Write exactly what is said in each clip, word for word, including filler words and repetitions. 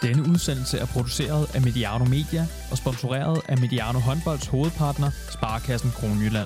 Denne udsendelse er produceret af Mediano Media og sponsoreret af Mediano Håndbolds hovedpartner, Sparekassen Kronjylland.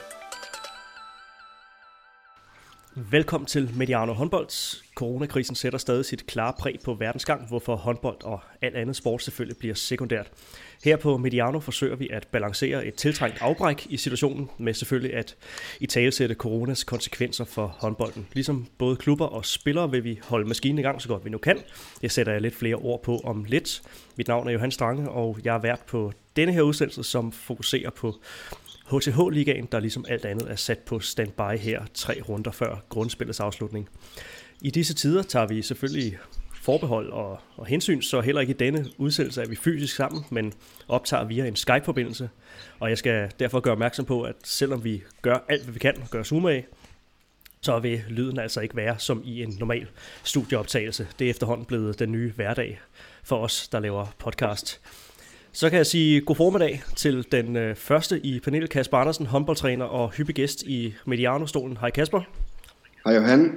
Velkommen til Mediano Håndbolds. Coronakrisen sætter stadig sit klare præg på verdensgang, hvorfor håndbold og alt andet sport selvfølgelig bliver sekundært. Her på Mediano forsøger vi at balancere et tiltrængt afbræk i situationen, med selvfølgelig at italesætte coronas konsekvenser for håndbolden. Ligesom både klubber og spillere vil vi holde maskinen i gang så godt vi nu kan. Det sætter jeg lidt flere ord på om lidt. Mit navn er Johan Strange, og jeg er vært på denne her udsendelse, som fokuserer på H T H-ligaen, der ligesom alt andet er sat på standby her tre runder før grundspillets afslutning. I disse tider tager vi selvfølgelig forbehold og, og hensyn, så heller ikke i denne udsendelse er vi fysisk sammen, men optager via en Skype-forbindelse. Og jeg skal derfor gøre opmærksom på, at selvom vi gør alt, hvad vi kan og gør os umage, så vil lyden altså ikke være som i en normal studieoptagelse. Det er efterhånden blevet den nye hverdag for os, der laver podcast. Så kan jeg sige god formiddag til den øh, første i panelet, Kasper Andersen, håndboldtræner og hyppig gæst i Mediano-stolen. Hej Kasper. Hej Johan.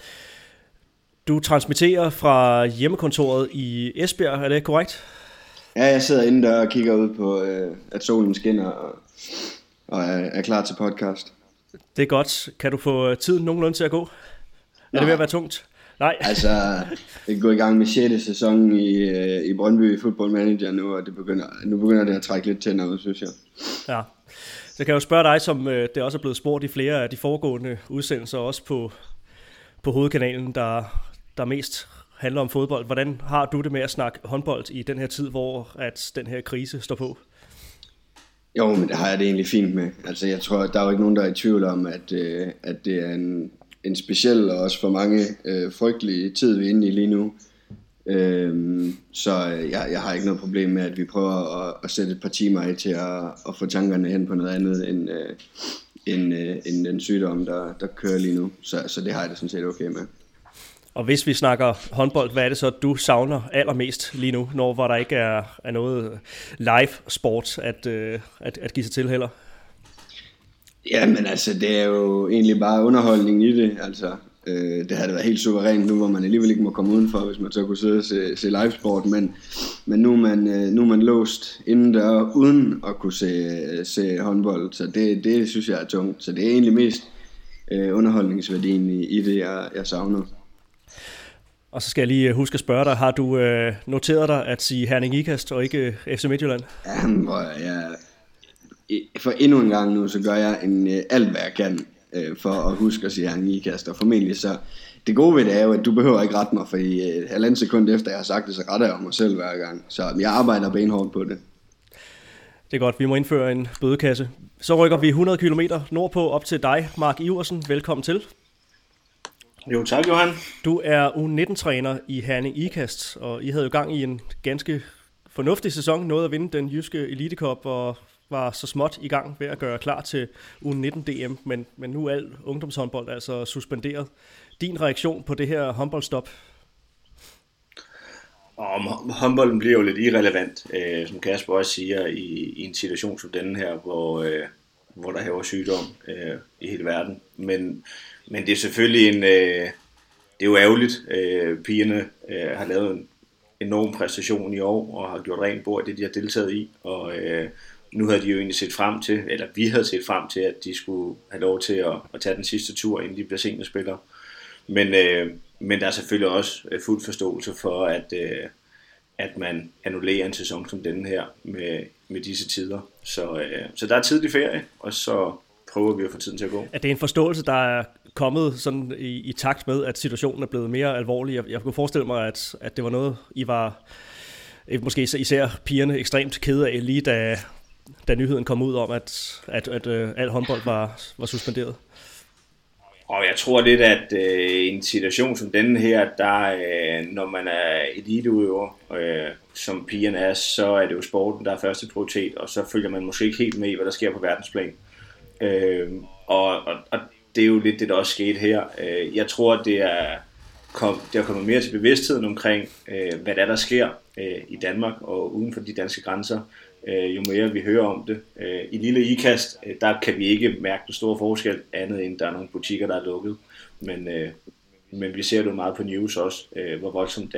Du transmitterer fra hjemmekontoret i Esbjerg, er det korrekt? Ja, jeg sidder inde der og kigger ud på, øh, at solen skinner og, og er, er klar til podcast. Det er godt. Kan du få tiden nogenlunde til at gå? Er Nej. det ved at være tungt? Nej. Altså, jeg går i gang med sjette sæson i, i Brøndby Football Manager nu, og det begynder, nu begynder det at trække lidt tænder ud, synes jeg. Ja, så kan jeg jo spørge dig, som det også er blevet spurgt i flere af de foregående udsendelser, også på, på hovedkanalen, der, der mest handler om fodbold. Hvordan har du det med at snakke håndbold i den her tid, hvor at den her krise står på? Jo, men det har jeg det egentlig fint med. Altså, jeg tror, der er jo ikke nogen, der er i tvivl om, at, øh, at det er en... en speciel og også for mange øh, frygtelige tid, vi er inde i lige nu. Øhm, så jeg, jeg har ikke noget problem med, at vi prøver at, at sætte et par timer af til at, at få tankerne hen på noget andet end, øh, end, øh, end den sygdom, der, der kører lige nu. Så, så det har jeg det sådan set okay med. Og hvis vi snakker håndbold, hvad er det så, du savner allermest lige nu, når hvor der ikke er, er noget live sport at, øh, at, at give sig til heller? Ja, men altså, det er jo egentlig bare underholdning i det, altså. Øh, det havde været helt suverænt nu, hvor man alligevel ikke må komme udenfor, hvis man så kunne sidde og se, se livesport, men, men nu, er man, nu er man låst indendør, uden at kunne se, se håndbold, så det, det synes jeg er tungt. Så det er egentlig mest øh, underholdningsværdien i, i det, jeg, jeg savner. Og så skal jeg lige huske at spørge dig, har du øh, noteret dig at sige Herning Ikast og ikke F C Midtjylland? Jamen, hvor jeg... For endnu en gang nu, så gør jeg en, øh, alt, hvad jeg kan øh, for at huske at sige Herning Ikast, og formentlig så, det gode ved det er jo, at du behøver ikke rette mig, for i et halvandet sekund efter jeg har sagt det, så retter jeg mig selv hver gang, så jeg arbejder benhårdt på det. Det er godt, vi må indføre en bødekasse. Så rykker vi hundrede kilometer nordpå op til dig, Mark Iversen, velkommen til. Jo, tak Johan. Du er U nitten-træner i Herning Ikast, og I havde jo gang i en ganske fornuftig sæson, nåede at vinde den jyske Elite Cup, og var så småt i gang ved at gøre klar til U nitten D M, men, men nu er al ungdomshåndbold altså suspenderet. Din reaktion på det her håndboldstop? Og håndbolden bliver jo lidt irrelevant, øh, som Kasper også siger, i, i en situation som denne her, hvor, øh, hvor der hæver sygdom øh, i hele verden. Men, men det er selvfølgelig en, øh, det er jo ærgerligt. Øh, pigerne øh, har lavet en enorm præstation i år, og har gjort rent bord i det, de har deltaget i, og øh, nu havde de jo egentlig set frem til, eller vi havde set frem til, at de skulle have lov til at, at tage den sidste tur, inden de bliver seniorspillere. Men, øh, men der er selvfølgelig også fuld forståelse for, at, øh, at man annullerer en sæson som denne her med, med disse tider. Så, øh, så der er tidlig ferie, og så prøver vi at få tiden til at gå. Er det en forståelse, der er kommet sådan i, i takt med, at situationen er blevet mere alvorlig? Jeg, jeg kunne forestille mig, at, at det var noget, I var måske især pigerne ekstremt kede af, lige da... da nyheden kom ud om, at, at, at, at al håndbold var, var suspenderet? Og jeg tror lidt, at øh, en situation som denne her, der øh, når man er eliteudøver, øh, som pigerne er, så er det jo sporten, der er første prioritet, og så følger man måske ikke helt med i, hvad der sker på verdensplan. Øh, og, og, og det er jo lidt det, der også skete her. Øh, jeg tror, det er, kom, det er kommet mere til bevidstheden omkring, øh, hvad der, der sker øh, i Danmark og uden for de danske grænser. Øh, jo mere vi hører om det. Øh, I lille Ikast, øh, der kan vi ikke mærke den store forskel, andet end der er nogle butikker, der er lukket. Men, øh, men vi ser det jo meget på news også, øh, hvor voldsomt det er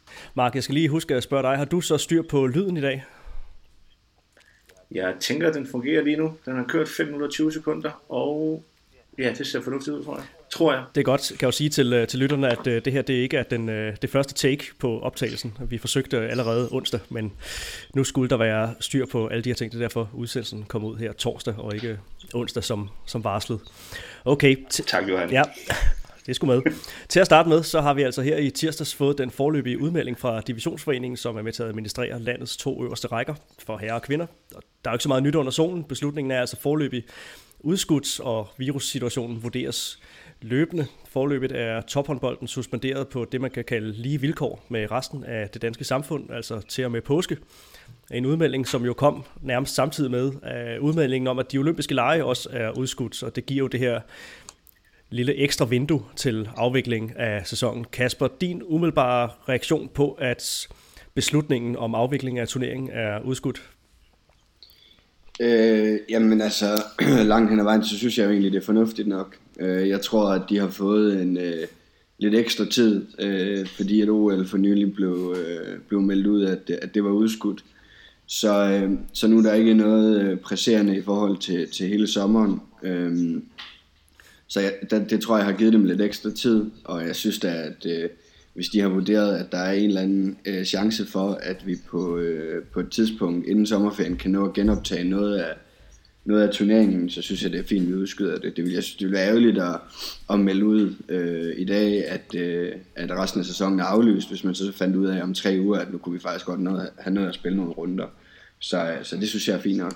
Mark, jeg skal lige huske at spørge dig, har du så styr på lyden i dag? Jeg tænker, at den fungerer lige nu. Den har kørt fem minutter og tyve sekunder, og ja, det ser fornuftigt ud, tror jeg. Tror jeg. Det er godt, kan jeg jo sige til, til lytterne, at uh, det her det ikke er den, uh, det første take på optagelsen. Vi forsøgte allerede onsdag, men nu skulle der være styr på alle de her ting. Det er derfor udsendelsen kom ud her torsdag, og ikke onsdag som, som varslet. Okay. T- tak, Johan. Ja, det skulle med. Til at starte med, så har vi altså her i tirsdags fået den foreløbige udmelding fra Divisionsforeningen, som er med til at administrere landets to øverste rækker for herrer og kvinder. Der er jo ikke så meget nyt under solen. Beslutningen er altså foreløbig udskudt, og virussituationen vurderes løbende. Forløbet er tophåndbolden suspenderet på det, man kan kalde lige vilkår med resten af det danske samfund, altså til og med påske. En udmelding, som jo kom nærmest samtidig med uh, udmeldingen om, at de olympiske lege også er udskudt, og det giver jo det her lille ekstra vindue til afvikling af sæsonen. Kasper, din umiddelbare reaktion på, at beslutningen om afvikling af turneringen er udskudt? Øh, jamen altså, langt hen ad vejen, så synes jeg jo egentlig, det er fornuftigt nok. Øh, jeg tror, at de har fået en øh, lidt ekstra tid, øh, fordi at O L for nylig blev, øh, blev meldt ud, at, at det var udskudt. Så, øh, så nu er der ikke noget presserende i forhold til, til hele sommeren. Øh, så jeg, det, det tror jeg har givet dem lidt ekstra tid, og jeg synes da, at øh, hvis de har vurderet, at der er en eller anden øh, chance for, at vi på, øh, på et tidspunkt inden sommerferien kan nå at genoptage noget af, noget af turneringen, så synes jeg, det er fint, at vi udskyder det. Det vil, jeg synes, det vil være ærgerligt at, at melde ud øh, i dag, at, øh, at resten af sæsonen er aflyst, hvis man så fandt ud af om tre uger, at nu kunne vi faktisk godt noget, have noget at spille nogle runder. Så, så det synes jeg er fint nok.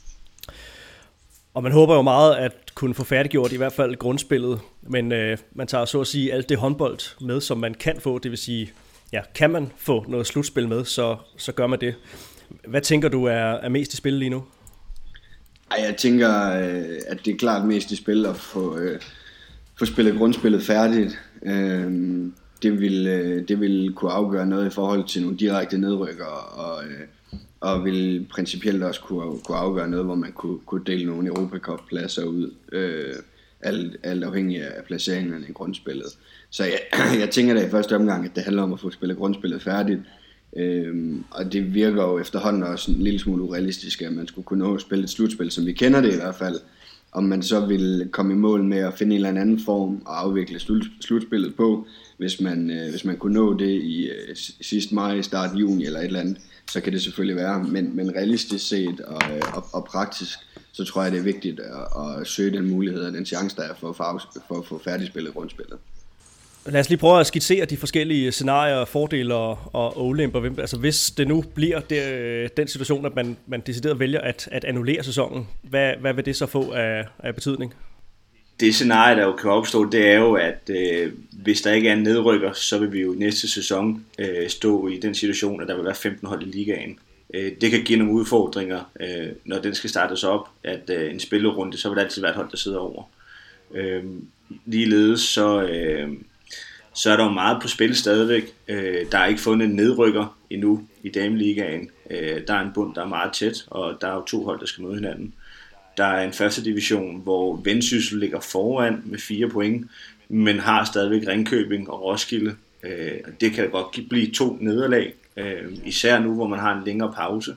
Og man håber jo meget at kunne få færdiggjort i hvert fald grundspillet, men øh, man tager så at sige alt det håndbold med, som man kan få, det vil sige, ja, kan man få noget slutspil med, så, så gør man det. Hvad tænker du er, er mest i spil lige nu? Ej, jeg tænker, at det er klart mest i spil at få, øh, få spillet grundspillet færdigt. Øh, det, vil, øh, det vil kunne afgøre noget i forhold til nogle direkte nedrykker, og, øh, og vil principielt også kunne, kunne afgøre noget, hvor man kunne, kunne dele nogle Europa Cup-pladser ud, øh, alt, alt afhængig af placeringerne i grundspillet. Så jeg, jeg tænker da i første omgang, at det handler om at få spillet grundspillet færdigt. Øhm, og det virker jo efterhånden også en lille smule urealistisk, at man skulle kunne nå at spille et slutspil, som vi kender det i hvert fald. Om man så vil komme i mål med at finde en eller anden form og afvikle slutspillet på, hvis man, øh, hvis man kunne nå det i øh, sidste maj, start juni eller et eller andet, så kan det selvfølgelig være. Men, men realistisk set og, og, og praktisk, så tror jeg, det er vigtigt at, at søge den mulighed og den chance, der er for at få, for at få færdigspillet grundspillet. Lad os lige prøve at skitsere de forskellige scenarier, fordele og, og ulemper. Altså hvis det nu bliver det, den situation, at man, man decideret vælger at, at annullere sæsonen, hvad, hvad vil det så få af, af betydning? Det scenarie, der jo kan opstå, det er jo, at øh, hvis der ikke er en nedrykker, så vil vi jo næste sæson øh, stå i den situation, at der vil være femten hold i ligaen. Øh, det kan give nogle udfordringer, øh, når den skal startes op, at øh, en spillerunde, så vil der altid være et hold, der sidder over. Øh, ligeledes så... Øh, så er der jo meget på spil stadigvæk. Der er ikke fundet en nedrykker endnu i dameligaen. Der er en bund, der er meget tæt, og der er jo to hold, der skal møde hinanden. Der er en første division, hvor Vendsyssel ligger foran med fire point, men har stadigvæk Ringkøbing og Roskilde. Det kan godt blive to nederlag, især nu, hvor man har en længere pause.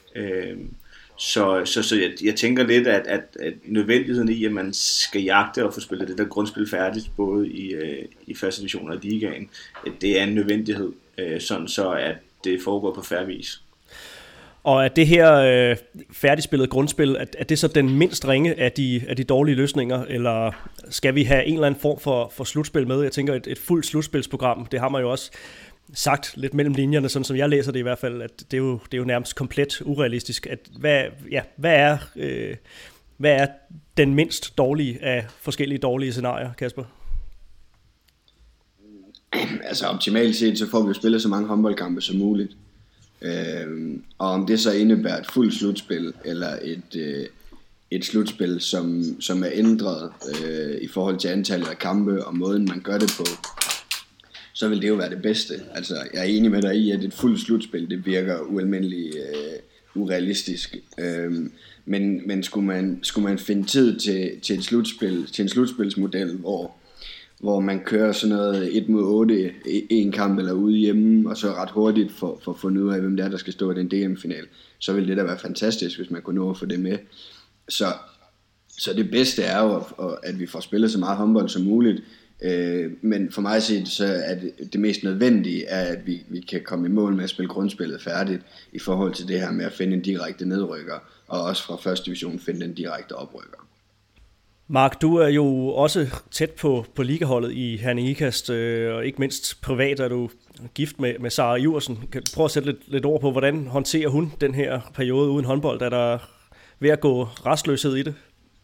Så, så, så jeg, jeg tænker lidt, at, at, at nødvendigheden i, at man skal jagte og få spillet det der grundspil færdigt, både i, øh, i første division og ligaen, at det er en nødvendighed, øh, sådan så at det foregår på fair vis. Og er det her øh, færdigspillet grundspil, er, er det så den mindst ringe af de, af de dårlige løsninger, eller skal vi have en eller anden form for, for slutspil med? Jeg tænker, et, et fuldt slutspilsprogram, det har man jo også sagt lidt mellem linjerne, sådan som jeg læser det i hvert fald, at det er jo, det er jo nærmest komplet urealistisk. At hvad, ja, hvad, er, øh, hvad er den mindst dårlige af forskellige dårlige scenarier, Kasper? Altså optimalt set, så får vi jo spillet så mange håndboldkampe som muligt. Øh, og om det så indebærer et fuldt slutspil, eller et, øh, et slutspil, som, som er ændret øh, i forhold til antallet af kampe og måden, man gør det på, så vil det jo være det bedste. Altså, jeg er enig med dig i, at et fuldt slutspil, det virker ualmindeligt øh, urealistisk. Øhm, men men skulle, man, skulle man finde tid til, til, et slutspil, til en slutspilsmodel, hvor, hvor man kører sådan noget et mod otte i en kamp eller ude hjemme, og så ret hurtigt for, for at finde ud af, hvem det er, der skal stå i den D M-final, så ville det da være fantastisk, hvis man kunne nå at få det med. Så, så det bedste er jo, at vi får spillet så meget håndbold som muligt, øh, men for mig set, så er det, det mest nødvendige, er, at vi, vi kan komme i mål med at spille grundspillet færdigt, i forhold til det her med at finde en direkte nedrykker, og også fra første division finde en direkte oprykker. Mark, du er jo også tæt på, på ligaholdet i Herning Ikast, øh, og ikke mindst privat er du gift med, med Sara Iversen. Kan du prøve at sætte lidt, lidt ord på, hvordan håndterer hun den her periode uden håndbold? Er der ved at gå restløshed i det?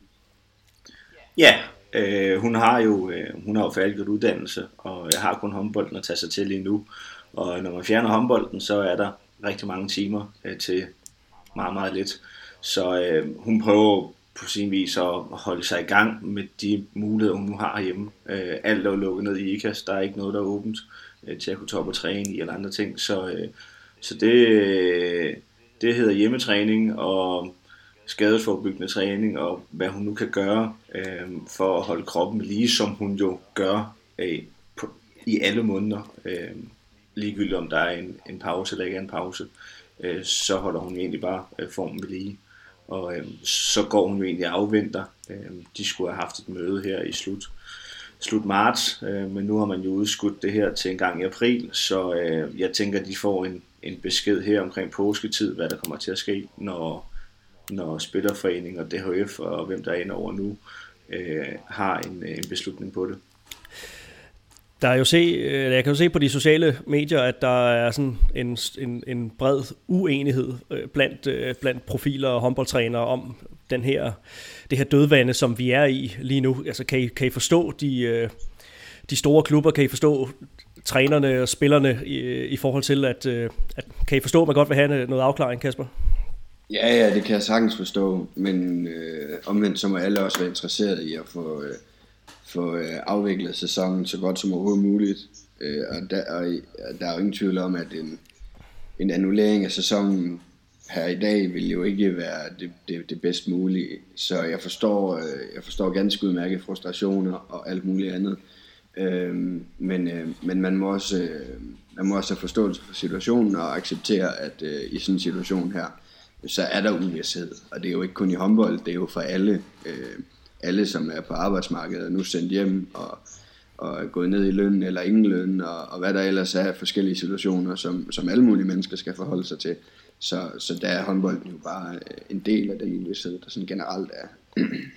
Ja, øh, hun har jo øh, hun har jo færdiggjort uddannelse, og jeg har kun håndbolden at tage sig til lige nu. Og når man fjerner håndbolden, så er der rigtig mange timer øh, til meget, meget lidt. Så øh, hun prøver på sin vis at holde sig i gang med de muligheder, hun nu har hjemme. Øh, alt er jo lukket ned i Ikast, der er ikke noget, der er åbent øh, til at kunne tage op og træne i eller andre ting. Så, øh, så det, øh, det hedder hjemmetræning og skadesforebyggende træning, og hvad hun nu kan gøre øh, for at holde kroppen lige, som hun jo gør øh, på, i alle måneder. Øh, ligegyldigt om der er en, en pause eller ikke en pause, øh, så holder hun egentlig bare øh, formen ved lige. Og øh, så går hun jo egentlig afventer. Øh, de skulle have haft et møde her i slut, slut marts, øh, men nu har man jo udskudt det her til en gang i april, så øh, jeg tænker, at de får en, en besked her omkring påsketid, hvad der kommer til at ske, når, når Spillerforening og D H F og hvem der er inde over nu, øh, har en, en beslutning på det. Der er jo se, jeg kan jo se på de sociale medier, at der er sådan en, en, en bred uenighed blandt, blandt profiler og håndboldtrænere om den her, det her dødvande, som vi er i lige nu. Altså, kan I, kan I forstå de, de store klubber? Kan I forstå trænerne og spillerne i, i forhold til, at, at kan I forstå, at man godt vil have noget afklaring, Kasper? Ja, ja, det kan jeg sagtens forstå, men øh, omvendt så må alle også være interesseret i at få... Øh, få øh, afviklet sæsonen så godt som overhovedet muligt. Øh, og, der, og der er jo ingen tvivl om, at en, en annullering af sæsonen her i dag vil jo ikke være det, det, det bedst mulige. Så jeg forstår, øh, jeg forstår ganske udmærket frustrationer og alt muligt andet. Øh, men, øh, men man må også, øh, man må også have forståelse for situationen og acceptere, at øh, i sådan en situation her, så er der uvished. Og det er jo ikke kun i håndbold, det er jo for alle. Øh, alle, som er på arbejdsmarkedet, er nu sendt hjem og, og er gået ned i løn eller ingen løn, og, og hvad der ellers er forskellige situationer, som, som alle mulige mennesker skal forholde sig til. Så, så der er håndbolden jo bare en del af den uvished, der sådan generelt er.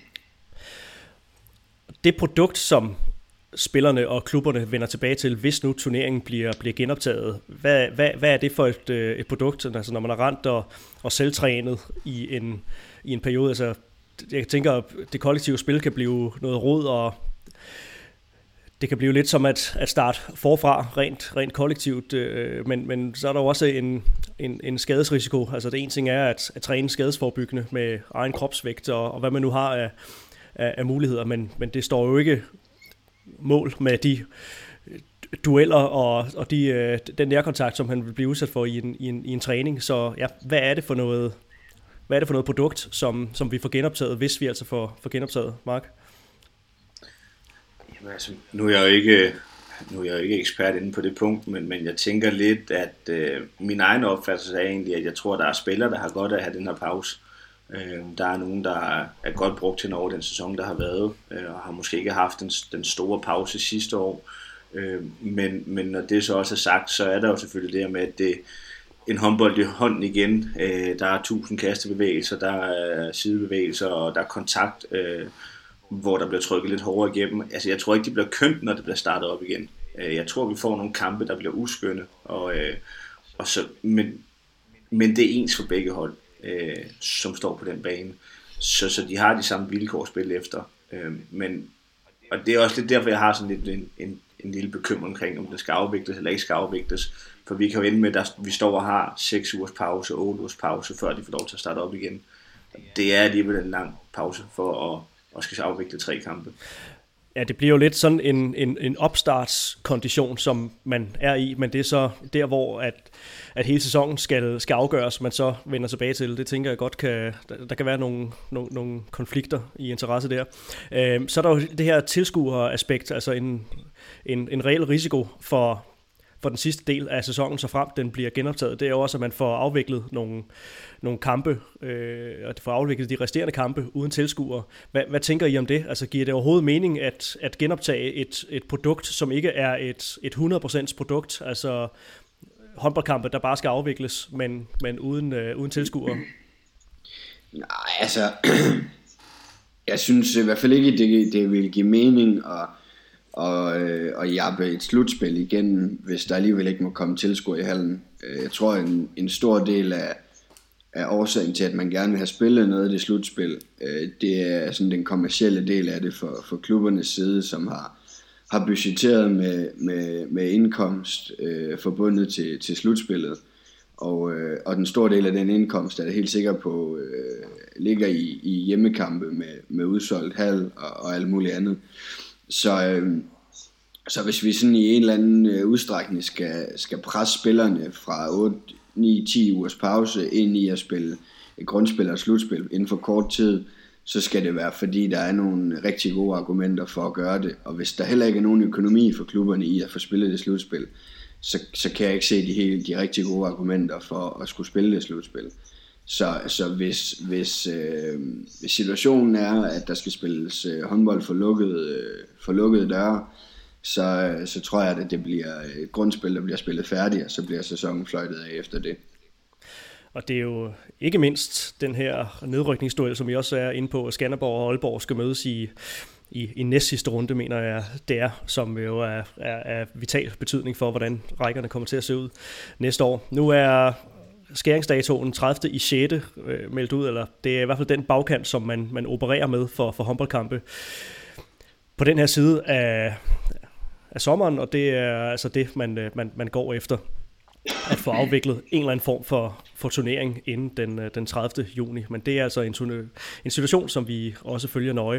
Det produkt, som spillerne og klubberne vender tilbage til, hvis nu turneringen bliver, bliver genoptaget, hvad, hvad, hvad er det for et, et produkt, altså når man er rendt og, og selvtrænet i en, i en periode, altså jeg tænker, at det kollektive spil kan blive noget rod, og det kan blive lidt som at, at starte forfra, rent, rent kollektivt, øh, men, men så er der jo også en, en, en skadesrisiko. Altså det ene ting er at, at træne skadesforebyggende med egen kropsvægt, og, og hvad man nu har af, af, af muligheder, men, men det står jo ikke mål med de dueller og, og de, den nærkontakt, som han vil blive udsat for i en, i en, i en træning. Så ja, hvad er det for noget... Hvad er det for noget produkt, som, som vi får genoptaget, hvis vi altså får, får genoptaget, Mark? Jamen, altså, nu er jeg jo ikke, nu er jeg jo ikke ekspert inde på det punkt, men, men jeg tænker lidt, at øh, min egen opfattelse er egentlig, at jeg tror, at der er spillere, der har godt af at have den her pause. Øh, der er nogen, der er godt brugt til over den sæson, der har været, øh, og har måske ikke haft den, den store pause sidste år. Øh, men, men når det så også er sagt, så er der jo selvfølgelig det med, at det en håndbold i hånden igen. Øh, der er tusind kastebevægelser, der er sidebevægelser, og der er kontakt, øh, hvor der bliver trykket lidt hårdere igennem. Altså, jeg tror ikke, det bliver kønt, når det bliver startet op igen. Øh, jeg tror, vi får nogle kampe, der bliver uskønne, og, øh, og så, men, men det er ens for begge hold, øh, som står på den bane. Så, så de har de samme vilkår at spille efter. Øh, men, og det er også lidt derfor, jeg har sådan lidt en, en, en lille bekymring omkring, om det skal afvikles eller ikke skal afvikles. For vi kan jo ende med, at vi står og har seks ugers pause, otte ugers pause, før de får lov til at starte op igen. Det er alligevel en lang pause for at, at skal afvikle tre kampe. Ja, det bliver jo lidt sådan en, en, en opstartskondition, som man er i, men det er så der, hvor at, at hele sæsonen skal, skal afgøres, man så vender tilbage til. Det tænker jeg godt, kan, der kan være nogle, nogle, nogle konflikter i interesse der. Øh, så er der jo det her tilskueraspekt, altså en, en, en reel risiko for, for den sidste del af sæsonen, så frem den bliver genoptaget. Det er jo også, at man får afviklet nogle, nogle kampe, øh, og får afviklet de resterende kampe uden tilskuere. Hvad, hvad tænker I om det? Altså giver det overhovedet mening at, at genoptage et, et produkt, som ikke er et, et hundrede procent produkt, altså håndboldkampe, der bare skal afvikles, men, men uden, øh, uden tilskuere? Nej, altså, jeg synes i hvert fald ikke, det, det vil give mening at og, øh, og jappe et slutspil igen, hvis der alligevel ikke må komme tilskuere i hallen. Jeg tror, en, en stor del af, af årsagen til, at man gerne vil have spillet noget af det slutspil, øh, det er sådan den kommercielle del af det for, for klubbernes side, som har, har budgetteret med, med, med indkomst øh, forbundet til, til slutspillet. Og, øh, og den store del af den indkomst er det helt sikker på, øh, ligger i, i hjemmekampe med, med udsolgt hal og, og alt muligt andet. Så, øh, så hvis vi sådan i en eller anden øh, udstrækning skal, skal presse spillerne fra otte, ni, ti ugers pause ind i at spille et grundspil og slutspil inden for kort tid, så skal det være, fordi der er nogle rigtig gode argumenter for at gøre det. Og hvis der heller ikke er nogen økonomi for klubberne i at få spillet det slutspil, så, så kan jeg ikke se de, hele, de rigtig gode argumenter for at skulle spille det slutspil. Så, så hvis, hvis, øh, hvis situationen er, at der skal spilles øh, håndbold for lukkede, øh, for lukkede døre, så, så tror jeg, at det bliver et grundspil, der bliver spillet færdigt, og så bliver sæsonen fløjtet af efter det. Og det er jo ikke mindst den her nedrykningsduel, som I også er inde på, at Skanderborg og Aalborg skal mødes i, i, i næst sidste runde, mener jeg, det er, som jo er, er, er vital betydning for, hvordan rækkerne kommer til at se ud næste år. Nu er skæringsdatoen tredivte i sjette øh, meldt ud, eller det er i hvert fald den bagkant, som man, man opererer med for, for håndboldkampe på den her side af, af sommeren, og det er altså det, man, man, man går efter, at få afviklet en eller anden form for, for turnering inden den, den tredivte juni. Men det er altså en, en situation, som vi også følger nøje.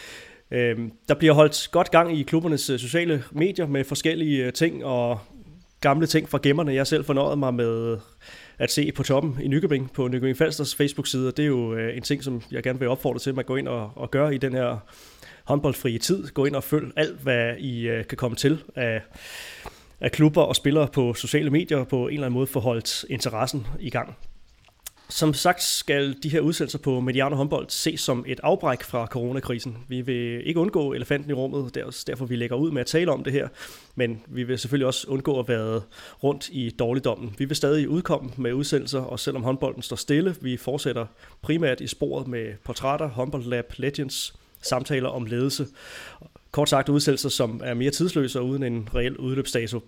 Øhm, der bliver holdt godt gang i klubbernes sociale medier med forskellige ting og gamle ting fra gemmerne. Jeg selv fornøjede mig med at se på toppen i Nykøbing på Nykøbing Falsters Facebook-side, og det er jo en ting, som jeg gerne vil opfordre til, at man går ind og, og gør i den her håndboldfrie tid. Gå ind og følg alt, hvad I uh, kan komme til af, af klubber og spillere på sociale medier, på en eller anden måde få holdt interessen i gang. Som sagt skal de her udsendelser på Mediano Håndbold ses som et afbræk fra coronakrisen. Vi vil ikke undgå elefanten i rummet, det er derfor vi lægger ud med at tale om det her, men vi vil selvfølgelig også undgå at være rundt i dårligdommen. Vi vil stadig udkomme med udsendelser, og selvom håndbolden står stille, vi fortsætter primært i sporet med portrætter, håndboldlab, legends, samtaler om ledelse. Kort sagt udsendelser, som er mere tidsløse og uden en reel udløbsdato.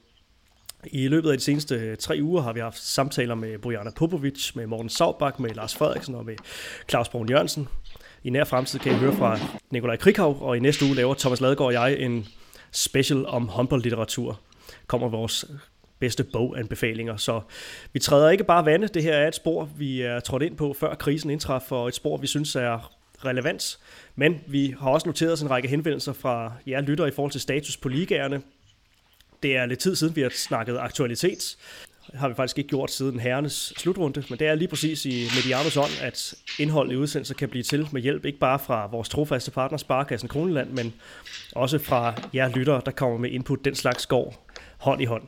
I løbet af de seneste tre uger har vi haft samtaler med Bojana Popovic, med Morten Saubak, med Lars Frederiksen og med Claus Brun Jørgensen. I nær fremtid kan I høre fra Nikolaj Krikhav, og i næste uge laver Thomas Ladegaard og jeg en special om håndboldlitteratur. Kommer vores bedste boganbefalinger, så vi træder ikke bare vande. Det her er et spor, vi er trådt ind på, før krisen indtraf, og et spor, vi synes er relevant. Men vi har også noteret os en række henvendelser fra jer lyttere i forhold til status på ligaerne. Det er lidt tid siden, vi har snakket aktualitet. Det har vi faktisk ikke gjort siden herrenes slutrunde, men det er lige præcis i Medianos ånd, at indhold i udsendelser kan blive til med hjælp, ikke bare fra vores trofaste partner Sparekassen Kroneland, men også fra jer lyttere, der kommer med input. Den slags går hånd i hånd.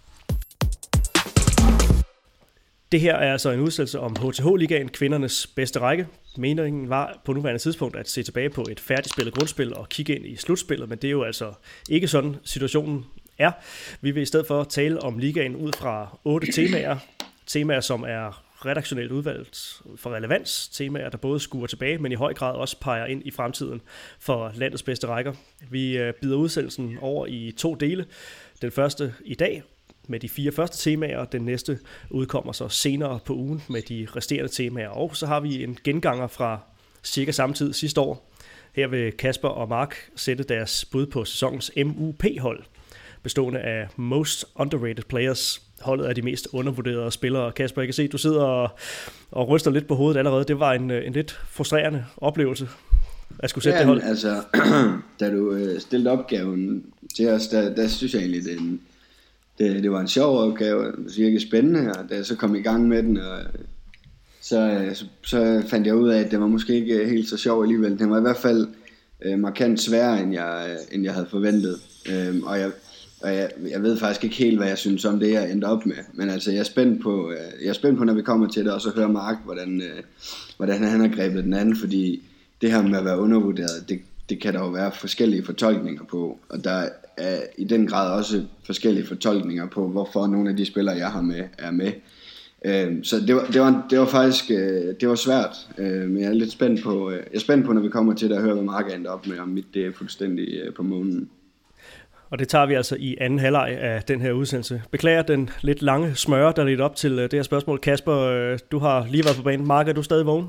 Det her er altså en udsendelse om H T H-ligaen, kvindernes bedste række. Meningen var på nuværende tidspunkt at se tilbage på et færdigspillet grundspil og kigge ind i slutspillet, men det er jo altså ikke sådan situationen er. Vi vil i stedet for tale om ligaen ud fra otte temaer. Temaer, som er redaktionelt udvalgt for relevans. Temaer, der både skuer tilbage, men i høj grad også peger ind i fremtiden for landets bedste rækker. Vi bider udsendelsen over i to dele. Den første i dag med de fire første temaer, og den næste udkommer så senere på ugen med de resterende temaer. Og så har vi en genganger fra cirka samme tid sidste år. Her vil Kasper og Mark sætte deres bud på sæsonens M U P-hold, bestående af Most Underrated Players. Holdet af de mest undervurderede spillere. Kasper, jeg kan se, at du sidder og, og ryster lidt på hovedet allerede. Det var en, en lidt frustrerende oplevelse. at skulle sætte ja, det hold? Altså, da du øh, stillede opgaven til os, der, der synes jeg egentlig, det, en, det, det var en sjov opgave, virkelig spændende, og da jeg så kom i gang med den, og, så, så, så fandt jeg ud af, at det var måske ikke helt så sjov alligevel. Det var i hvert fald øh, markant sværere, end jeg, end jeg havde forventet. Øhm, og jeg, og jeg, jeg ved faktisk ikke helt, hvad jeg synes om det, jeg endte op med. Men altså, jeg er spændt på, jeg er spændt på, når vi kommer til det, og så hører Mark, hvordan, øh, hvordan han har grebet den anden, fordi det her med at være undervurderet, det, det kan der jo være forskellige fortolkninger på, og der er i den grad også forskellige fortolkninger på, hvorfor nogle af de spillere, jeg har med, er med. Øh, så det var, det, var, det var faktisk øh, det var svært, øh, men jeg er lidt spændt på, øh, jeg er spændt på, når vi kommer til det, at høre, hvad Mark endte op med, om mit det er fuldstændig øh, på månen. Og det tager vi altså i anden halvleg af den her udsendelse. Beklager den lidt lange smøre, der lidt op til det her spørgsmål. Kasper, du har lige været på banen. Mark, er du stadig vågen?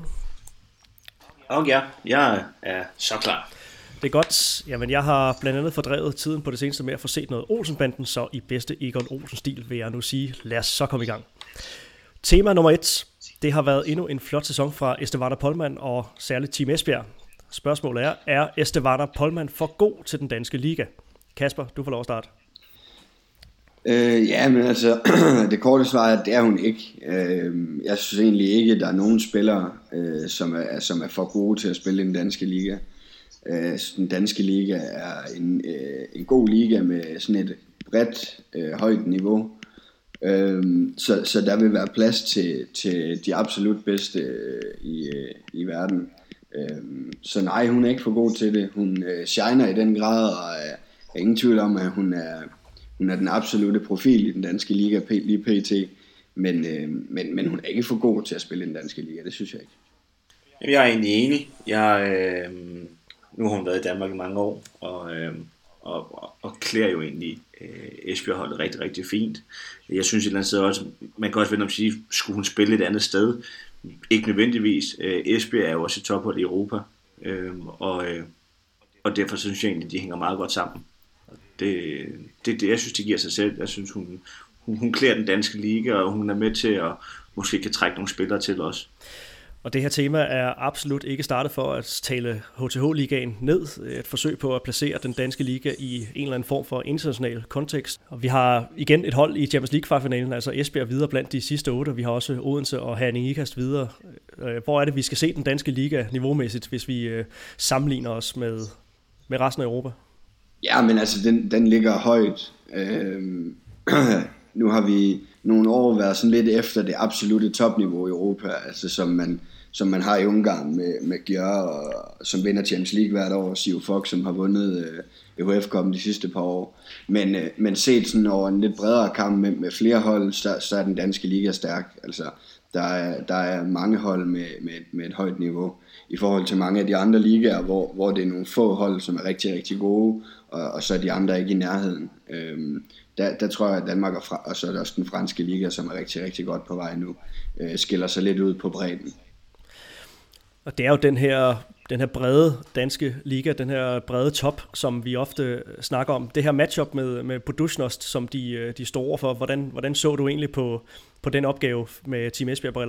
Og ja, jeg er så klar. Det er godt. Jamen, jeg har blandt andet fordrevet tiden på det seneste med at få set noget Olsenbanden, så i bedste Egon Olsen-stil vil jeg nu sige, lad os så komme i gang. Tema nummer et. Det har været endnu en flot sæson fra Estevada Polman og særligt Team Esbjerg. Spørgsmålet er, er Estevada Polman for god til den danske liga? Kasper, du får lov at starte. Øh, ja, men altså, det korte svar er, at det er hun ikke. Øh, jeg synes egentlig ikke, at der er nogen spillere, øh, som, er, som er for gode til at spille i den danske liga. Øh, den danske liga er en, øh, en god liga med sådan et bredt, øh, højt niveau. Øh, så, så der vil være plads til, til de absolut bedste øh, i, øh, i verden. Øh, så nej, hun er ikke for god til det. Hun øh, shiner i den grad, og er, er ingen tvivl om, at hun er... Hun er den absolute profil i den danske liga lige pt. Men, øh, men, men hun er ikke for god til at spille i den danske liga, det synes jeg ikke. Jeg er egentlig enig. Jeg, øh, nu har hun været i Danmark i mange år, og, øh, og, og, og klæder jo egentlig øh, Esbjerg-holdet rigtig, rigtig fint. Jeg synes et eller andet sted også, man kan også vende om at sige, skulle hun spille et andet sted? Ikke nødvendigvis. Øh, Esbjerg er jo også et tophold i Europa, øh, og, øh, og derfor synes jeg egentlig, de hænger meget godt sammen. Det, det, det jeg synes, det giver sig selv. Jeg synes, hun, hun, hun klæder den danske liga, og hun er med til at måske kan trække nogle spillere til os. Og det her tema er absolut ikke startet for at tale H T H-ligaen ned. Et forsøg på at placere den danske liga i en eller anden form for international kontekst. Og vi har igen et hold i Champions League-kvartfinalen, altså Esbjerg videre blandt de sidste otte. Vi har også Odense og Herning Ikast videre. Hvor er det, vi skal se den danske liga niveaumæssigt, hvis vi sammenligner os med, med resten af Europa? Ja, men altså, den, den ligger højt. Øhm, nu har vi nogle år været sådan lidt efter det absolute topniveau i Europa, altså som man, som man har i Ungarn med, med Gjør, og som vinder Champions League hvert år, og Siu Fox, som har vundet øh, E H F-koppen de sidste par år. Men, øh, men set sådan over en lidt bredere kamp med, med flere hold, så, så er den danske liga stærk. Altså, der er, der er mange hold med, med, med et højt niveau i forhold til mange af de andre ligaer, hvor, hvor det er nogle få hold, som er rigtig, rigtig gode, og, og så er de andre ikke i nærheden. Øhm, der, der tror jeg, at Danmark og, fra, og så er der også den franske liga, som er rigtig, rigtig godt på vej nu, øh, skiller sig lidt ud på bredden. Og det er jo den her, den her brede danske liga, den her brede top, som vi ofte snakker om. Det her matchup med, med Budućnost, som de, de står over for. Hvordan, hvordan så du egentlig på, på den opgave med Team Esbjerg-briller?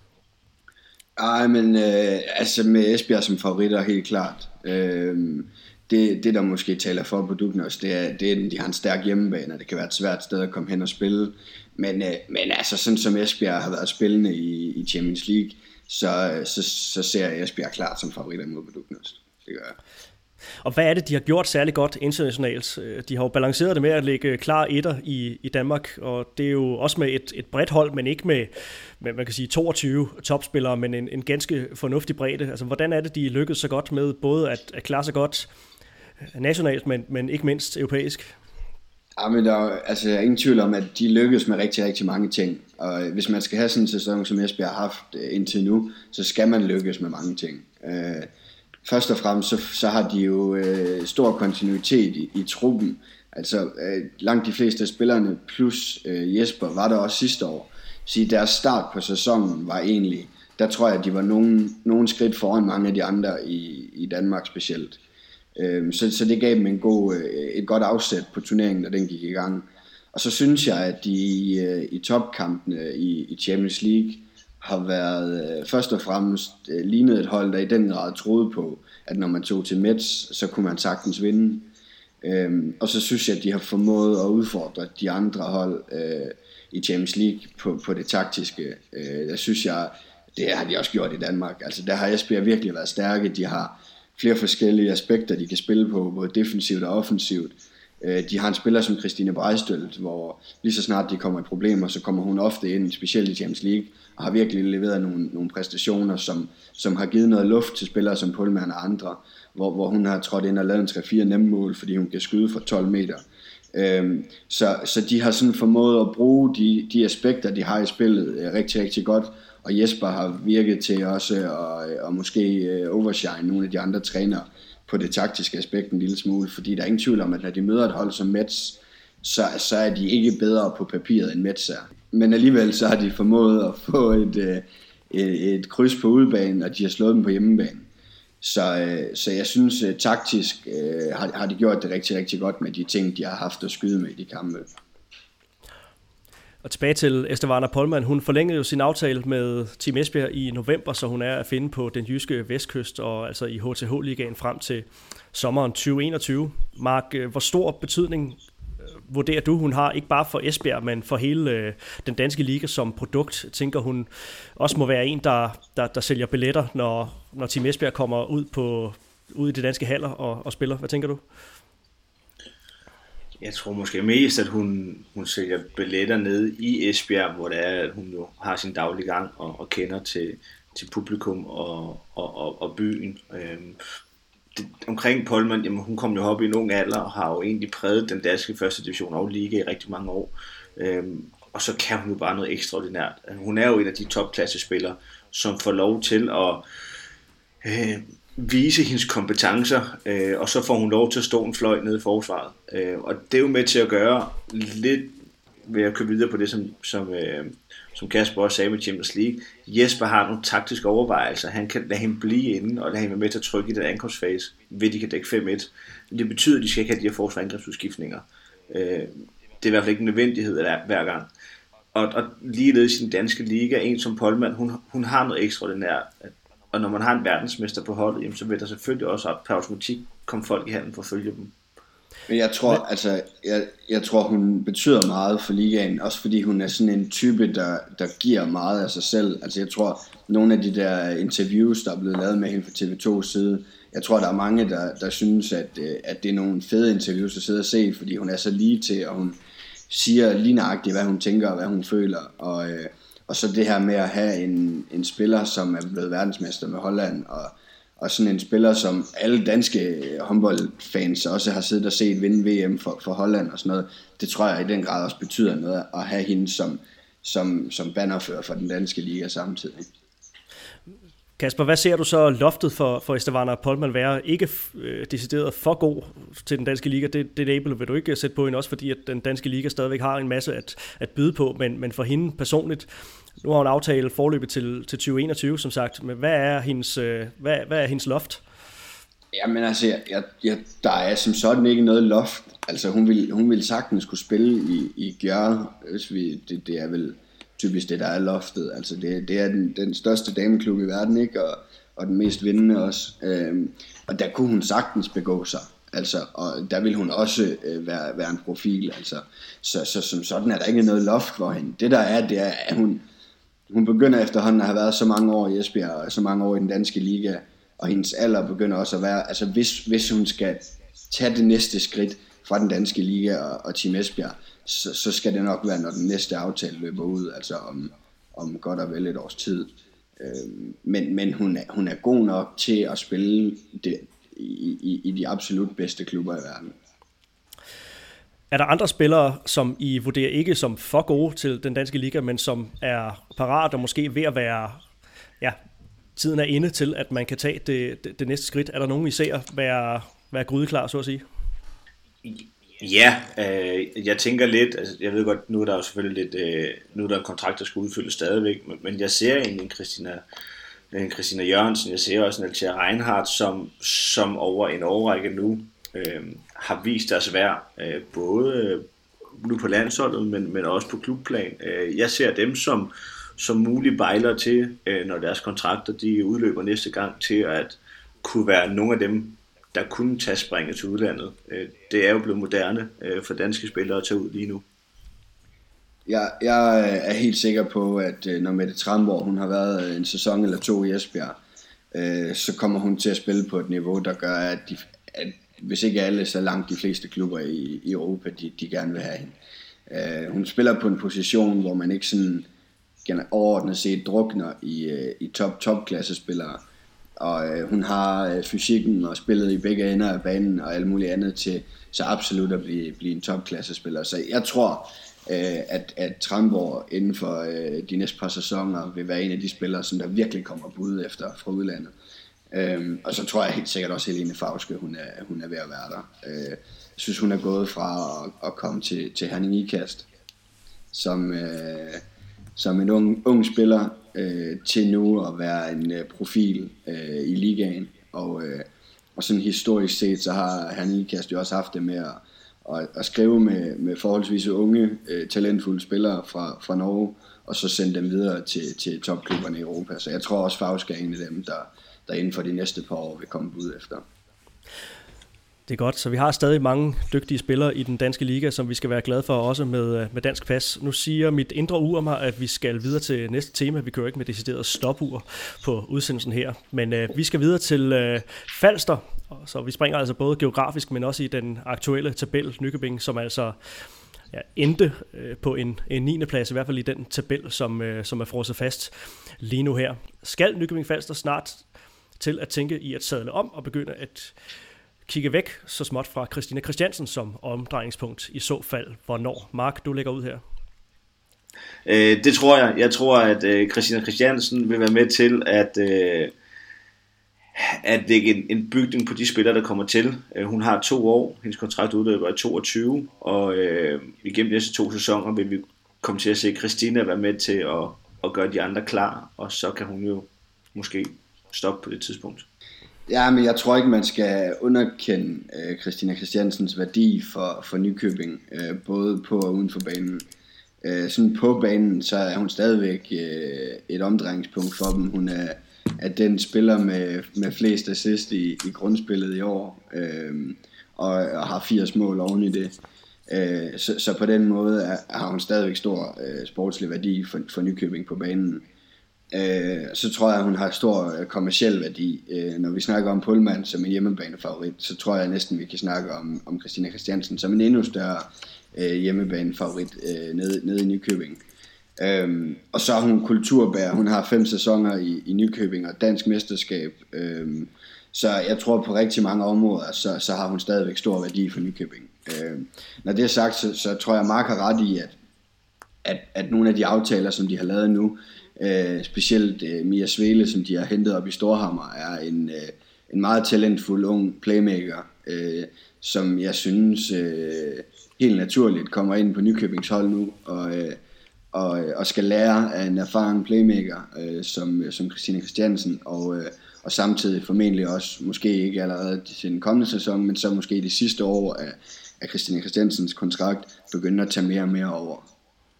Ej, men øh, altså med Esbjerg som favoritter helt klart. Øh, det, det der måske taler for Budućnost, det er, det er, at de har en stærk hjemmebane, og det kan være et svært sted at komme hen og spille. Men, øh, men altså sådan som Esbjerg har været spillende i, i Champions League, så, så, så ser jeg Esbjerg klart som favoritter mod Budućnost. Det gør jeg. Og hvad er det, de har gjort særlig godt internationalt? De har jo balanceret det med at lægge klar etter i, i Danmark, og det er jo også med et, et bredt hold, men ikke med, med man kan sige toogtyve topspillere, men en, en ganske fornuftig bredde. Altså, hvordan er det, de lykkedes så godt med både at, at klare sig godt nationalt, men, men ikke mindst europæisk? Ja, men der er, altså, jeg er ingen tvivl om, at de lykkes med rigtig, rigtig mange ting. Og hvis man skal have sådan en sæson, som Esbjerg har haft indtil nu, så skal man lykkes med mange ting. Øh, Først og fremmest så, så har de jo øh, stor kontinuitet i, i truppen. Altså øh, langt de fleste af spillerne plus øh, Jesper var der også sidste år. Så deres start på sæsonen var egentlig, der tror jeg, at de var nogen, nogen skridt foran mange af de andre i, i Danmark specielt. Øh, så, så det gav dem en god, øh, et godt afsæt på turneringen, når den gik i gang. Og så synes jeg, at de øh, i topkampene i, i Champions League har været øh, først og fremmest øh, lignet et hold, der i den grad troede på, at når man tog til Mets, så kunne man sagtens vinde. Øhm, og så synes jeg, at de har formået at udfordre de andre hold øh, i Champions League på, på det taktiske. Øh, der synes jeg, det har de også gjort i Danmark. Altså der har Esbjerg virkelig været stærke. De har flere forskellige aspekter, de kan spille på, både defensivt og offensivt. Øh, de har en spiller som Christine Breistølt, hvor lige så snart de kommer i problemer, så kommer hun ofte ind, specielt i Champions League, og har virkelig leveret nogle, nogle præstationer, som, som har givet noget luft til spillere som Poulmann og andre, hvor, hvor hun har trådt ind og lavet en tre fire nemme mål, fordi hun kan skyde fra tolv meter. Øhm, så, så de har sådan formået at bruge de, de aspekter, de har i spillet øh, rigtig, rigtig godt, og Jesper har virket til også at og måske øh, overshine nogle af de andre trænere på det taktiske aspekt en lille smule, fordi der er ingen tvivl om, at når de møder et hold som Mets, så, så er de ikke bedre på papiret end Mets er. Men alligevel så har de formået at få et, et, et kryds på udebanen, og de har slået dem på hjemmebane. Så, så jeg synes taktisk har, har de gjort det rigtig, rigtig godt med de ting, de har haft at skyde med i de kampe. Og tilbage til Estevana Poulmann. Hun forlængede jo sin aftale med Team Esbjerg i november, så hun er at finde på den jyske vestkyst og altså i H T H-ligaen frem til sommeren tyve enogtyve. Mark, hvor stor betydning vurderer du, hun har, ikke bare for Esbjerg, men for hele øh, den danske liga som produkt? Jeg tænker, hun også må være en, der, der, der sælger billetter, når, når Team Esbjerg kommer ud, på, ud i de danske haller og, og spiller. Hvad tænker du? Jeg tror måske mest, at hun, hun sælger billetter nede i Esbjerg, hvor det er, at hun jo har sin daglige gang og, og kender til, til publikum og, og, og, og byen. Øhm, det, omkring Poulmann, jamen, hun kom jo op i en ung alder og har jo egentlig præget den danske første division og liga i rigtig mange år. Øhm, og så kan hun jo bare noget ekstraordinært. Hun er jo en af de topklassespillere, som får lov til at øh, vise hendes kompetencer, øh, og så får hun lov til at stå en fløj nede i forsvaret. Øh, og det er jo med til at gøre lidt ved at købe videre på det, som, som, øh, som Kasper også sagde med Champions League. Jesper har nogle taktiske overvejelser. Han kan lade hende blive inde, og lade hende være med til at trykke i den angrebsfase, ved de kan dække fem et. Det betyder, at de skal ikke have de her forsvarsangrebsudskiftninger. Øh, det er i hvert fald ikke en nødvendighed hver gang. Og, og ligeledes i den danske liga, en som Poulmann, hun, hun har noget ekstraordinært. Og når man har en verdensmester på holdet, jamen, så vil der selvfølgelig også per automatik komme folk i handen for at følge dem. Men jeg tror, altså, jeg, jeg tror, hun betyder meget for ligaen, også fordi hun er sådan en type, der, der giver meget af sig selv. Altså jeg tror, nogle af de der interviews, der er blevet lavet med hende fra T V to's side, jeg tror, der er mange, der, der synes, at, at det er nogle fede interviews at sidde og se, fordi hun er så lige til, og hun siger lige nøjagtigt, hvad hun tænker og hvad hun føler. Og, og så det her med at have en, en spiller, som er blevet verdensmester med Holland, og Og sådan en spiller, som alle danske håndboldfans også har siddet og set vinde V M for, for Holland og sådan noget, det tror jeg i den grad også betyder noget, at have hende som, som, som bannerfører for den danske liga samtidig. Kasper, hvad ser du så loftet for, for Estevana Poulmann være? Ikke øh, decideret for god til den danske liga, det, det label vil du ikke sætte på hende, også fordi at den danske liga stadigvæk har en masse at, at byde på, men, men for hende personligt, nu har hun aftalt forløbet til, til tyve enogtyve, som sagt, men hvad er hendes, øh, hvad, hvad er hendes loft? Jamen altså, jeg, jeg, jeg, der er som sådan ikke noget loft. Altså hun vil, hun vil sagtens kunne spille i, i Gjør, hvis vi, det, det er vel typisk det, der er loftet. Altså det, det er den, den største dameklub i verden, ikke? Og, og den mest vindende også. Øhm, og der kunne hun sagtens begå sig. Altså, og der vil hun også øh, være, være en profil. Altså. Så, så som sådan er der ikke noget loft for hende. Det der er, det er, at hun, hun begynder efterhånden at have været så mange år i Esbjerg, og så mange år i den danske liga, og hendes alder begynder også at være, altså hvis, hvis hun skal tage det næste skridt fra den danske liga og, og Team Esbjerg, så, så skal det nok være, når den næste aftale løber ud, altså om, om godt og vel et års tid. Øh, men men hun, er, hun er god nok til at spille det, i, i, i de absolut bedste klubber i verden. Er der andre spillere, som I vurderer ikke som for gode til den danske liga, men som er parat og måske ved at være, ja, tiden er inde til, at man kan tage det, det, det næste skridt? Er der nogen, I ser være, være grydeklar, så at sige? Ja, øh, jeg tænker lidt, altså, jeg ved godt, nu er der jo selvfølgelig lidt, øh, nu er der en kontrakt, der skal udfyldes stadigvæk, men, men jeg ser egentlig en Christina, en Christina Jørgensen, jeg ser også en Althea Reinhardt, som, som over en årrække nu øh, har vist deres værd, øh, både øh, nu på landsholdet, men, men også på klubplan. Øh, jeg ser dem som, som muligt bejler til, øh, når deres kontrakter de udløber næste gang, til at kunne være nogle af dem, der kunne tage springet til udlandet. Øh, det er jo blevet moderne øh, for danske spillere at tage ud lige nu. Jeg, jeg er helt sikker på, at når Mette Tramborg, hun har været en sæson eller to i Esbjerg, øh, så kommer hun til at spille på et niveau, der gør, at, de, at hvis ikke alle, så langt de fleste klubber i, i Europa, de, de gerne vil have hende. Øh, hun spiller på en position, hvor man ikke sådan overordnet set drukner i, i top top klassespillere, og øh, hun har øh, fysikken og spillet i begge ender af banen og alt muligt andet til så absolut at blive, blive en topklassespiller. Så jeg tror, øh, at, at Tramborg inden for øh, de næste par sæsoner vil være en af de spillere, som der virkelig kommer bud efter fra udlandet. Øh, og så tror jeg helt sikkert også, at Helene Fauske, hun er, hun er ved at være der. Øh, jeg synes, hun er gået fra at, at komme til, til Herning Ikast som, øh, som en ung, ung spiller, Øh, til nu at være en øh, profil øh, i ligaen, og, øh, og sådan historisk set, så har Herning Ikast jo også haft det med at, at, at skrive med, med forholdsvis unge, øh, talentfulde spillere fra, fra Norge, og så sende dem videre til, til topklubberne i Europa. Så jeg tror også, Fauske er en af dem, der, der inden for de næste par år vil komme ud efter. Det er godt, så vi har stadig mange dygtige spillere i den danske liga, som vi skal være glade for også med, med dansk pas. Nu siger mit indre ur mig, at vi skal videre til næste tema. Vi kører ikke med decideret stopur på udsendelsen her, men øh, vi skal videre til øh, Falster, så vi springer altså både geografisk, men også i den aktuelle tabel, Nykøbing, som altså ja, endte øh, på en, en niende plads, i hvert fald i den tabel, som, øh, som er frosset fast lige nu her. Skal Nykøbing Falster snart til at tænke i at sadle om og begynde at kigge væk så småt fra Christina Christiansen som omdrejningspunkt, i så fald hvornår? Mark, du lægger ud her. Øh, det tror jeg. Jeg tror, at øh, Christina Christiansen vil være med til at, øh, at lægge en, en bygning på de spillere, der kommer til. Øh, hun har to år. Hendes kontrakt udløber i toogtyve, og øh, igennem disse to sæsoner vil vi komme til at se Christina være med til at, at gøre de andre klar, og så kan hun jo måske stoppe på det tidspunkt. Ja, men jeg tror ikke, man skal underkende øh, Christina Christiansens værdi for, for Nykøbing, øh, både på og uden for banen. Øh, sådan på banen, så er hun stadigvæk øh, et omdrejningspunkt for dem. Hun er, er den spiller med, med flest assist i, i grundspillet i år, øh, og, og har firs mål oven i det. Øh, så, så på den måde er, har hun stadigvæk stor øh, sportslig værdi for, for Nykøbing på banen. Øh, så tror jeg, at hun har stor øh, kommerciel værdi. Øh, når vi snakker om Pullman som en hjemmebanefavorit, så tror jeg næsten, vi kan snakke om, om Christina Christiansen som en endnu større øh, hjemmebanefavorit øh, nede, nede i Nykøbing. Øh, og så er hun kulturbærer. Hun har fem sæsoner i, i Nykøbing og dansk mesterskab. Øh, så jeg tror på rigtig mange områder, så, så har hun stadigvæk stor værdi for Nykøbing. Øh, når det er sagt, så, så tror jeg, Mark har ret i, at, at, at nogle af de aftaler, som de har lavet nu, Uh, specielt uh, Mia Svele, som de har hentet op i Storhamar, er en, uh, en meget talentfuld ung playmaker, uh, som jeg synes uh, helt naturligt kommer ind på Nykøbings hold nu, og, uh, og, og skal lære af en erfaren playmaker, uh, som, som Christina Christiansen, og, uh, og samtidig formentlig også, måske ikke allerede til den kommende sæson, men så måske de sidste år af, af Christina Christiansens kontrakt, begynder at tage mere og mere over.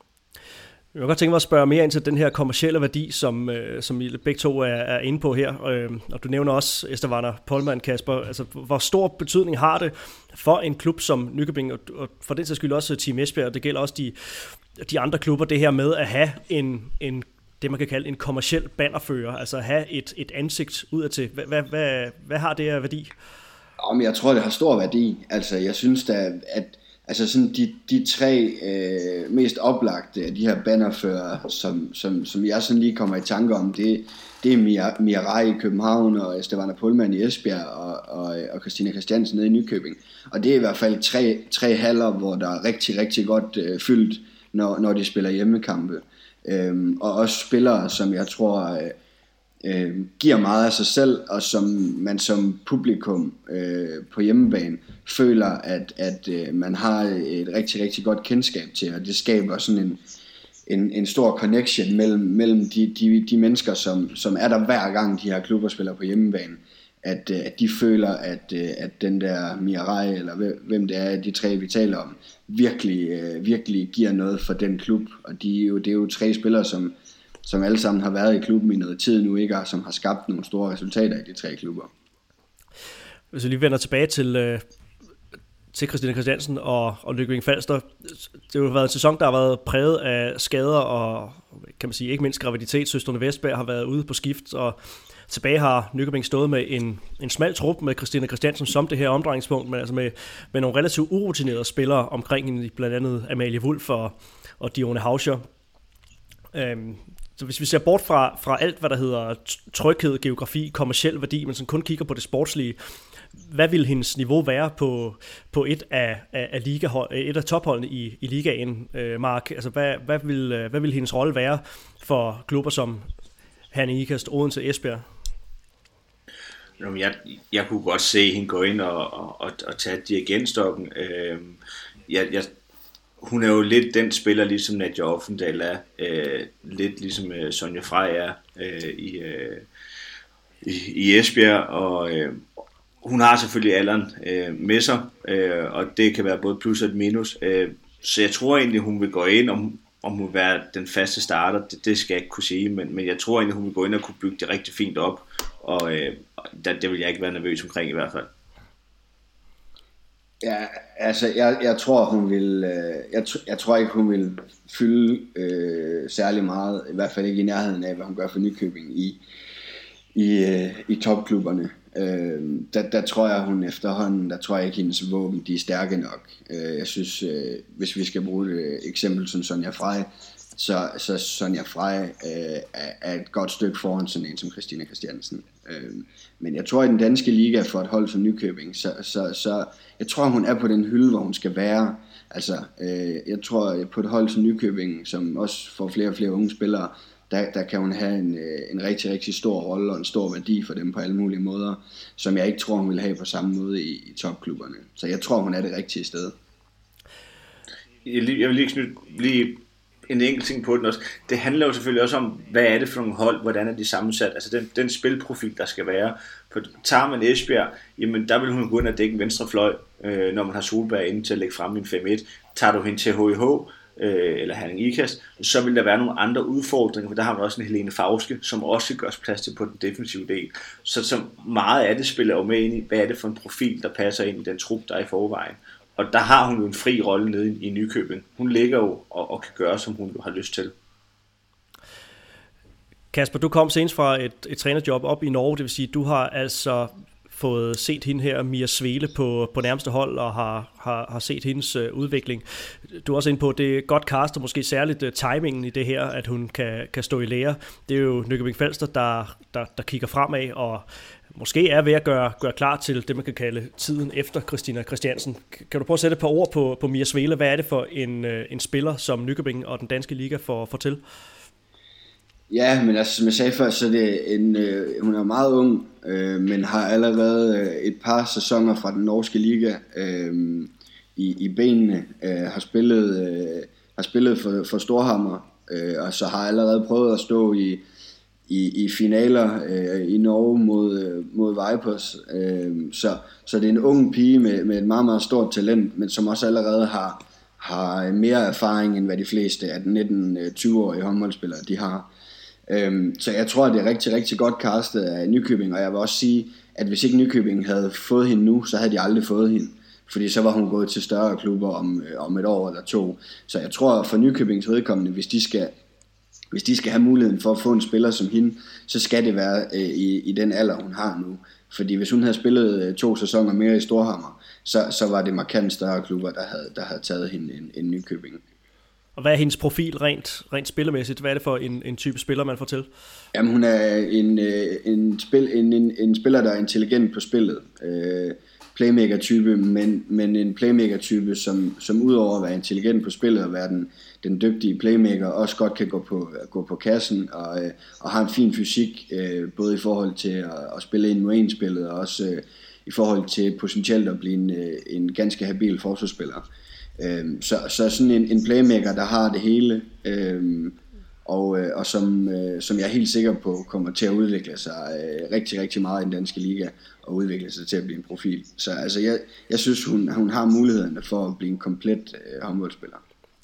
Jeg kan godt tænke mig at spørge mere ind til den her kommercielle værdi, som, øh, som I begge to er, er inde på her. Øh, og du nævner også Esther Warner Pollmann, Kasper. Altså, hvor stor betydning har det for en klub som Nykøbing, og, og for den sags skyld også Team Esbjerg, og det gælder også de, de andre klubber, det her med at have en, en det, man kan kalde en kommerciel bannerfører, altså at have et, et ansigt udadtil. Hvad, hvad, hvad, hvad har det her værdi? Om jeg tror, det har stor værdi. Altså, jeg synes da, at altså sådan de, de tre øh, mest oplagte af de her bannerfører, som, som, som jeg sådan lige kommer i tanke om, det, det er Mia, Mia Rai i København, og Esther Warner Pollmann i Esbjerg, og, og, og Christina Christiansen nede i Nykøbing. Og det er i hvert fald tre, tre haller, hvor der er rigtig, rigtig godt øh, fyldt, når, når de spiller hjemmekampe. Øhm, og også spillere, som jeg tror øh, øh, giver meget af sig selv, og som man som publikum øh, på hjemmebane føler, at, at øh, man har et rigtig, rigtig godt kendskab til, og det skaber sådan en, en, en stor connection mellem, mellem de, de, de mennesker, som, som er der hver gang de her klubber spiller på hjemmebane, at, at de føler, at, at den der Mia Rai, eller hvem det er, de tre vi taler om, virkelig, virkelig giver noget for den klub, og de er jo, det er jo tre spillere, som som alle sammen har været i klubben i noget tid nu, ikke, og som har skabt nogle store resultater i de tre klubber. Hvis vi lige vender tilbage til, øh, til Christina Christiansen og, og Nykøbing Falster, det har jo været en sæson, der har været præget af skader og, kan man sige, ikke mindst graviditet. Søstrene Vestberg har været ude på skift, og tilbage har Nykøbing stået med en, en smal trup med Christina Christiansen som det her omdrejningspunkt, men altså med, med nogle relativt urutinerede spillere omkring hende, blandt andet Amalie Wulff og, og Dione Hauscher. Øhm, så hvis vi ser bort fra, fra alt, hvad der hedder tryghed, geografi, kommerciel værdi, men sådan kun kigger på det sportslige, hvad vil hendes niveau være på, på et af, af, af ligahold, et af topholdene i, i ligaen, øh, Mark? Altså, hvad, hvad, vil, hvad vil hendes rolle være for klubber som Herning Ikast, Odense, Esbjerg? Jeg, jeg kunne godt se hende gå ind og, og, og tage dirigentstokken. Øh, jeg, jeg, hun er jo lidt den spiller, ligesom Nadia Offendal er. Øh, lidt ligesom øh, Sonja Frey er øh, i, øh, i, i Esbjerg. Og øh, hun har selvfølgelig alderen øh, med sig, øh, og det kan være både plus og et minus. Øh, så jeg tror egentlig, hun vil gå ind, om, om hun vil være den faste starter. Det, det skal jeg ikke kunne sige, men, men jeg tror egentlig, hun vil gå ind og kunne bygge det rigtig fint op. Og øh, det, det vil jeg ikke være nervøs omkring i hvert fald. Ja, altså jeg, jeg tror hun vil øh, jeg, jeg tror ikke hun vil fylde øh, særlig meget, i hvert fald ikke i nærheden af hvad hun gør for Nykøbing i i, øh, i topklubberne. Øh, der, der tror jeg hun efterhånden, der tror jeg ikke hendes våben de er stærke nok. Øh, jeg synes øh, hvis vi skal bruge et eksempel som Sonja Frey, så, så Sonja Frey øh, er, er et godt stykke foran sådan en som Christina Christiansen. Øh, men jeg tror i den danske liga for et hold som Nykøbing, så, så, så jeg tror hun er på den hylde hvor hun skal være. Altså øh, jeg tror på et hold som Nykøbing, som også får flere og flere unge spillere, der, der kan hun have en, en rigtig rigtig stor rolle og en stor værdi for dem på alle mulige måder, som jeg ikke tror hun vil have på samme måde i, i topklubberne. Så jeg tror hun er det rigtige sted. Jeg vil lige knytte lige en enkelt ting på den også. Det handler jo selvfølgelig også om, hvad er det for nogle hold, hvordan er de sammensat, altså den, den spilprofil, der skal være. For tager man Esbjerg, jamen der vil hun gå ind og dække en venstre fløj, øh, når man har Solberg inde til at lægge frem i en fem et. Tager du hende til H I H, øh, eller Herning Ikast, så vil der være nogle andre udfordringer, for der har man også en Helene Fauske, som også skal gøres plads til på den defensive del. Så, så meget af det spiller jo med ind i, hvad er det for en profil, der passer ind i den trup, der er i forvejen. Og der har hun jo en fri rolle nede i, i Nykøbing. Hun ligger jo og, og kan gøre, som hun har lyst til. Kasper, du kom senest fra et, et trænerjob op i Norge, det vil sige, du har altså fået set hende her, Mia Svele, på, på nærmeste hold, og har, har, har set hendes uh, udvikling. Du er også inde på, at det er godt cast, og måske særligt uh, timingen i det her, at hun kan, kan stå i lære. Det er jo Nykøbing Falster, der, der, der kigger fremad, og måske er ved at gøre, gøre klar til det, man kan kalde tiden efter Christina Christiansen. Kan du prøve at sætte et par ord på, på Mia Svele? Hvad er det for en, en spiller, som Nykøbing og den danske liga får, får til? Ja, men altså, som jeg sagde før, så er det en, øh, hun er meget ung, øh, men har allerede øh, et par sæsoner fra den norske liga øh, i, i benene, øh, har spillet, øh, har spillet for, for Storhamar, øh, og så har allerede prøvet at stå i I, i finaler øh, i Norge mod, øh, mod Vipers. Øh, så, så det er en ung pige med, med et meget, meget stort talent, men som også allerede har, har mere erfaring, end hvad de fleste af den nitten-tyve-årige håndboldspillere de har. Øh, så jeg tror, at det er rigtig, rigtig godt castet af Nykøbing, og jeg vil også sige, at hvis ikke Nykøbing havde fået hende nu, så havde de aldrig fået hende. Fordi så var hun gået til større klubber om, øh, om et år eller to. Så jeg tror, for Nykøbings vedkommende, hvis de skal Hvis de skal have muligheden for at få en spiller som hende, så skal det være øh, i, i den alder, hun har nu. Fordi hvis hun havde spillet øh, to sæsoner mere i Storhamar, så, så var det markant større klubber, der havde, der havde taget hende en, en Nykøbing. Og hvad er hendes profil rent, rent spillermæssigt? Hvad er det for en, en type spiller, man får til? Jamen hun er en, en, spil, en, en, en spiller, der er intelligent på spillet. Øh, playmaker-type, men, men en playmaker-type, som, som udover at være intelligent på spillet og være den, den dygtige playmaker, også godt kan gå på, gå på kassen og, og har en fin fysik, øh, både i forhold til at, at spille ind mod en-spillet, og også øh, i forhold til potentielt at blive en, en ganske habil forsvarsspiller. Øh, så, så sådan en, en playmaker, der har det hele, øh, og, og som, øh, som jeg er helt sikker på kommer til at udvikle sig øh, rigtig, rigtig meget i den danske liga, og udvikle sig til at blive en profil. Så altså, jeg, jeg synes, hun, hun har mulighederne for at blive en komplet øh, håndboldspiller.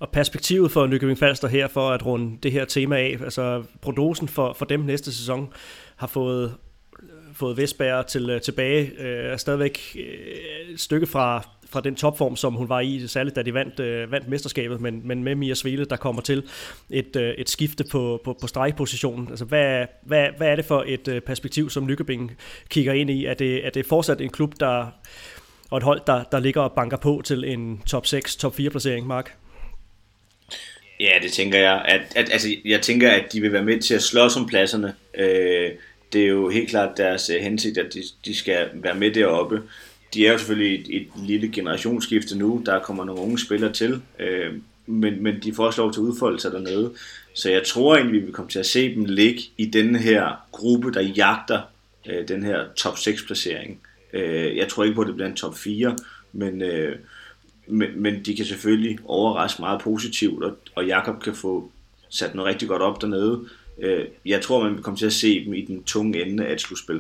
og perspektivet for Nykøbing Falster her, for at runde det her tema af, altså prognosen for, for dem næste sæson, har fået, fået Vestberg til, tilbage, øh, er stadigvæk et stykke fra, fra den topform, som hun var i, særligt da de vandt, øh, vandt mesterskabet, men, men med Mia Svele, der kommer til et, øh, et skifte på, på, på stregpositionen. Altså, hvad, hvad, hvad er det for et øh, perspektiv, som Nykøbing kigger ind i? Er det, er det fortsat en klub, der, og et hold, der, der ligger og banker på til en top seks, top fire placering, Mark? Ja, det tænker jeg. At, at, altså, jeg tænker, at de vil være med til at slås om pladserne. Øh, det er jo helt klart deres uh, hensigt, at de, de skal være med deroppe. De er jo selvfølgelig et, et lille generationsskifte nu. Der kommer nogle unge spillere til, øh, men, men de får også lov til at udfolde sig dernede. Så jeg tror egentlig, vi vil komme til at se dem ligge i den her gruppe, der jagter øh, den her top seks placering. Øh, jeg tror ikke på, at det bliver en top fire, men, øh, men, men de kan selvfølgelig overraske meget positivt, og, og Jakob kan få sat noget rigtig godt op dernede. Øh, jeg tror, man vil komme til at se dem i den tunge ende af et slutspil.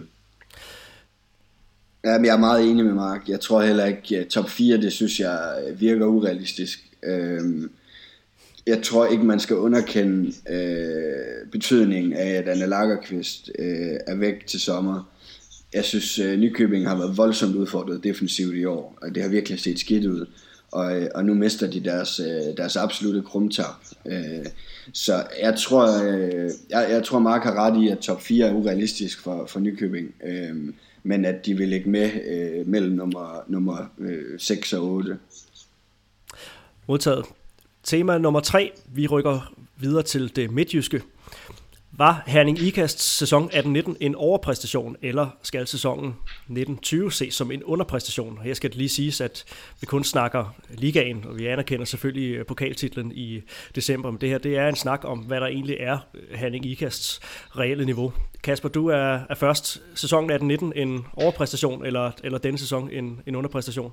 Jamen, jeg er meget enig med Mark. Jeg tror heller ikke, at top fire, det synes jeg virker urealistisk. Øhm, jeg tror ikke, man skal underkende øh, betydningen af, at Anne Lagerqvist øh, er væk til sommer. Jeg synes, øh, Nykøbing har været voldsomt udfordret defensivt i år, og det har virkelig set skidt ud. Og, og nu mister de deres, øh, deres absolutte krumtap. Øh, så jeg tror, øh, jeg, jeg tror, Mark har ret i, at top fire er urealistisk for, for Nykøbing. Øh, men at de vil ligge med øh, mellem nummer, nummer øh, seks og otte. Modtaget. Tema nummer tre. Vi rykker videre til det midtjyske. Var Herning Ikasts sæson atten nitten en overpræstation, eller skal sæsonen nitten tyve ses som en underpræstation? Her skal det lige siges, at vi kun snakker ligaen, og vi anerkender selvfølgelig pokaltitlen i december, men det her det er en snak om, hvad der egentlig er Herning Ikasts reelle niveau. Kasper, du er, er først. Sæsonen atten nitten en overpræstation, eller, eller denne sæson en, en underpræstation?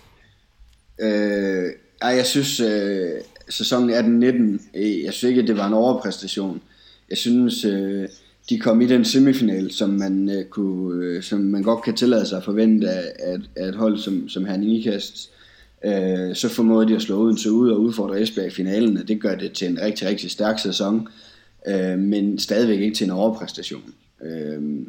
Øh, ej, jeg synes, øh, sæsonen atten nitten, jeg synes ikke, at det var en overpræstation. Jeg synes, øh, de kom i den semifinal, som man, øh, kunne, øh, som man godt kan tillade sig at forvente af, af et hold som, som Herning Ikast. Øh, så formåede de at slå Odense ud og udfordre Esbjerg i finalen, og det gør det til en rigtig, rigtig stærk sæson, øh, men stadigvæk ikke til en overpræstation. Øh,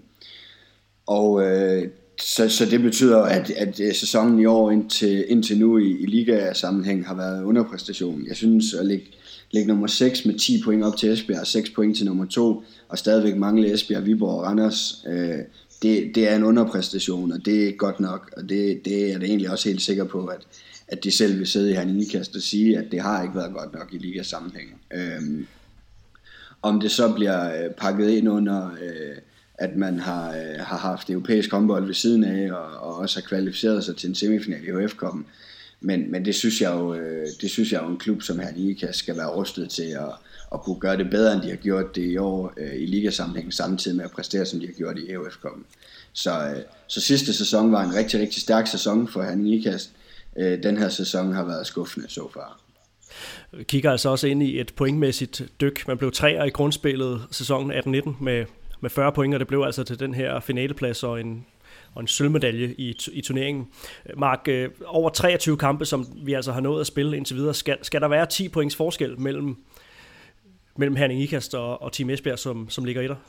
og øh, så, så det betyder, at, at sæsonen i år indtil, indtil nu i, i liga-sammenhæng har været underpræstation. Jeg synes at ligge Læg nummer seks med ti point op til Esbjerg og seks point til nummer to, og stadigvæk mangle Esbjerg, Viborg og Randers. Øh, det, det er en underpræstation, og det er godt nok, og det, det er det egentlig også helt sikker på, at, at de selv vil sidde i Herning Ikast og sige, at det har ikke været godt nok i ligasammenhæng. Øh, om det så bliver pakket ind under, øh, at man har, øh, har haft europæisk håndbold ved siden af, og, og også har kvalificeret sig til en semifinal i H F-koppen. Men, men det synes jeg jo, det synes jeg jo en klub som Herning Ikast skal være rustet til at, at kunne gøre det bedre, end de har gjort det i år øh, i ligasammenhæng, samtidig med at præstere, som de har gjort i E H F-koppen. Så, øh, så sidste sæson var en rigtig, rigtig stærk sæson for Herning Ikast. Øh, den her sæson har været skuffende så far. Vi kigger altså også ind i et pointmæssigt dyk. Man blev treer i grundspillet sæsonen atten nitten med, med fyrre point, og det blev altså til den her finaleplads og en og en sølvmedalje i, i turneringen. Mark, øh, over treogtyve kampe, som vi altså har nået at spille indtil videre, skal, skal der være ti points forskel mellem, mellem Herning Ikast og, og Team Esbjerg, som, som ligger i der?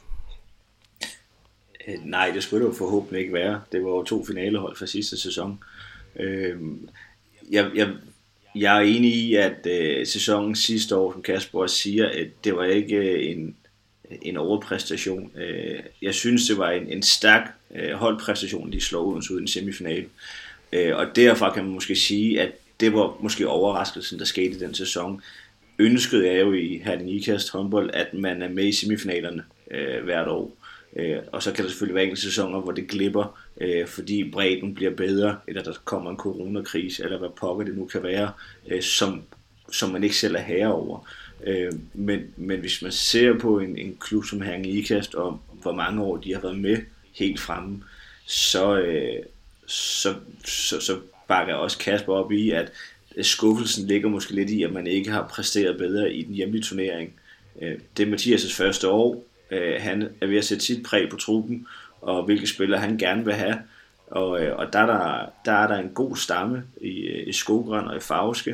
Øh, nej, det skulle det jo forhåbentlig ikke være. Det var jo to finalehold fra sidste sæson. Øh, jeg, jeg, jeg er enig i, at øh, sæsonen sidste år, som Kasper også siger, at det var ikke øh, en en overpræstation. Jeg synes, det var en, en stærk holdpræstation, de slog Odense ud i en semifinal. Og derfra kan man måske sige, at det var måske overraskelsen, der skete i den sæson. Ønsket er jo i Herning Ikast håndbold, at man er med i semifinalerne øh, hvert år. Og så kan der selvfølgelig være enkelte sæsoner, hvor det glipper, øh, fordi bredden bliver bedre, eller der kommer en coronakrise, eller hvad pokker det nu kan være, øh, som, som man ikke selv er herre over. Øh, men, men hvis man ser på en, en klub som Herning Ikast, og hvor mange år de har været med helt fremme, så, øh, så, så, så bakker jeg også Kasper op i, at skuffelsen ligger måske lidt i, at man ikke har præsteret bedre i den hjemlige turnering. Øh, det er Mathias' første år. Øh, han er ved at sætte sit præg på truppen, og hvilke spillere han gerne vil have. Og, øh, og der, er der, der er der en god stamme i, i Skogran og i Fauske.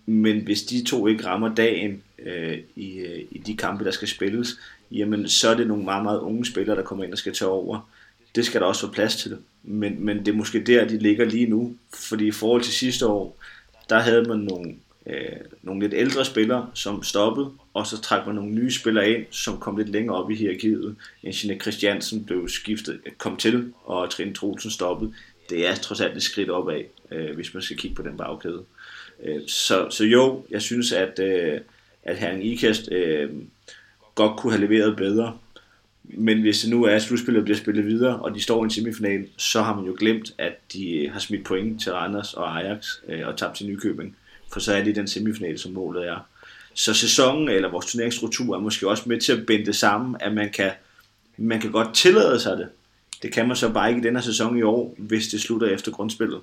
men hvis de to ikke rammer dagen øh, i, øh, i de kampe, der skal spilles, jamen så er det nogle meget, meget unge spillere, der kommer ind og skal tage over. Det skal der også være plads til. Men, men det er måske der, de ligger lige nu. Fordi i forhold til sidste år, der havde man nogle, øh, nogle lidt ældre spillere, som stoppede, og så trak man nogle nye spillere ind, som kom lidt længere op i hierarkiet. Jeanette Christiansen blev skiftet, kom til, og Trine Troelsen stoppede. Det er trods alt et skridt opad, øh, hvis man skal kigge på den bagkæde. Øh, så, så jo, jeg synes, at, øh, at Herning Ikast øh, godt kunne have leveret bedre. Men hvis det nu er, at slutspillet bliver spillet videre, og de står i en semifinal, så har man jo glemt, at de har smidt point til Randers og Ajax øh, og tabt til Nykøbing. For så er det den semifinal, som målet er. Så sæsonen eller vores turneringsstruktur er måske også med til at binde det sammen, at man kan, man kan godt tillade sig det. Det kan man så bare ikke i denne sæson i år, hvis det slutter efter grundspillet.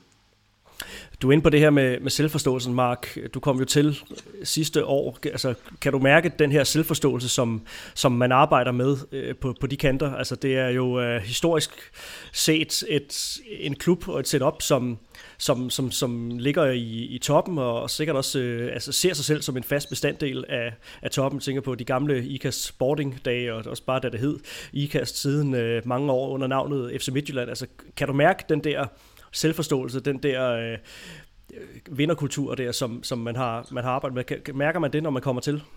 Du er inde på det her med, med selvforståelsen, Mark. Du kom jo til sidste år. Altså, kan du mærke den her selvforståelse, som, som man arbejder med øh, på, på de kanter? Altså, det er jo øh, historisk set et, en klub og et setup, som, som, som, som ligger i, i toppen, og sikkert også øh, altså, ser sig selv som en fast bestanddel af, af toppen. Jeg tænker på de gamle Ikast Sporting-dage, og også bare da det hed Ikast siden øh, mange år under navnet F C Midtjylland. Altså, kan du mærke den der selvforståelse, den der øh, vinderkultur der, som, som man, har, man har arbejdet med? Mærker man det, når man kommer til?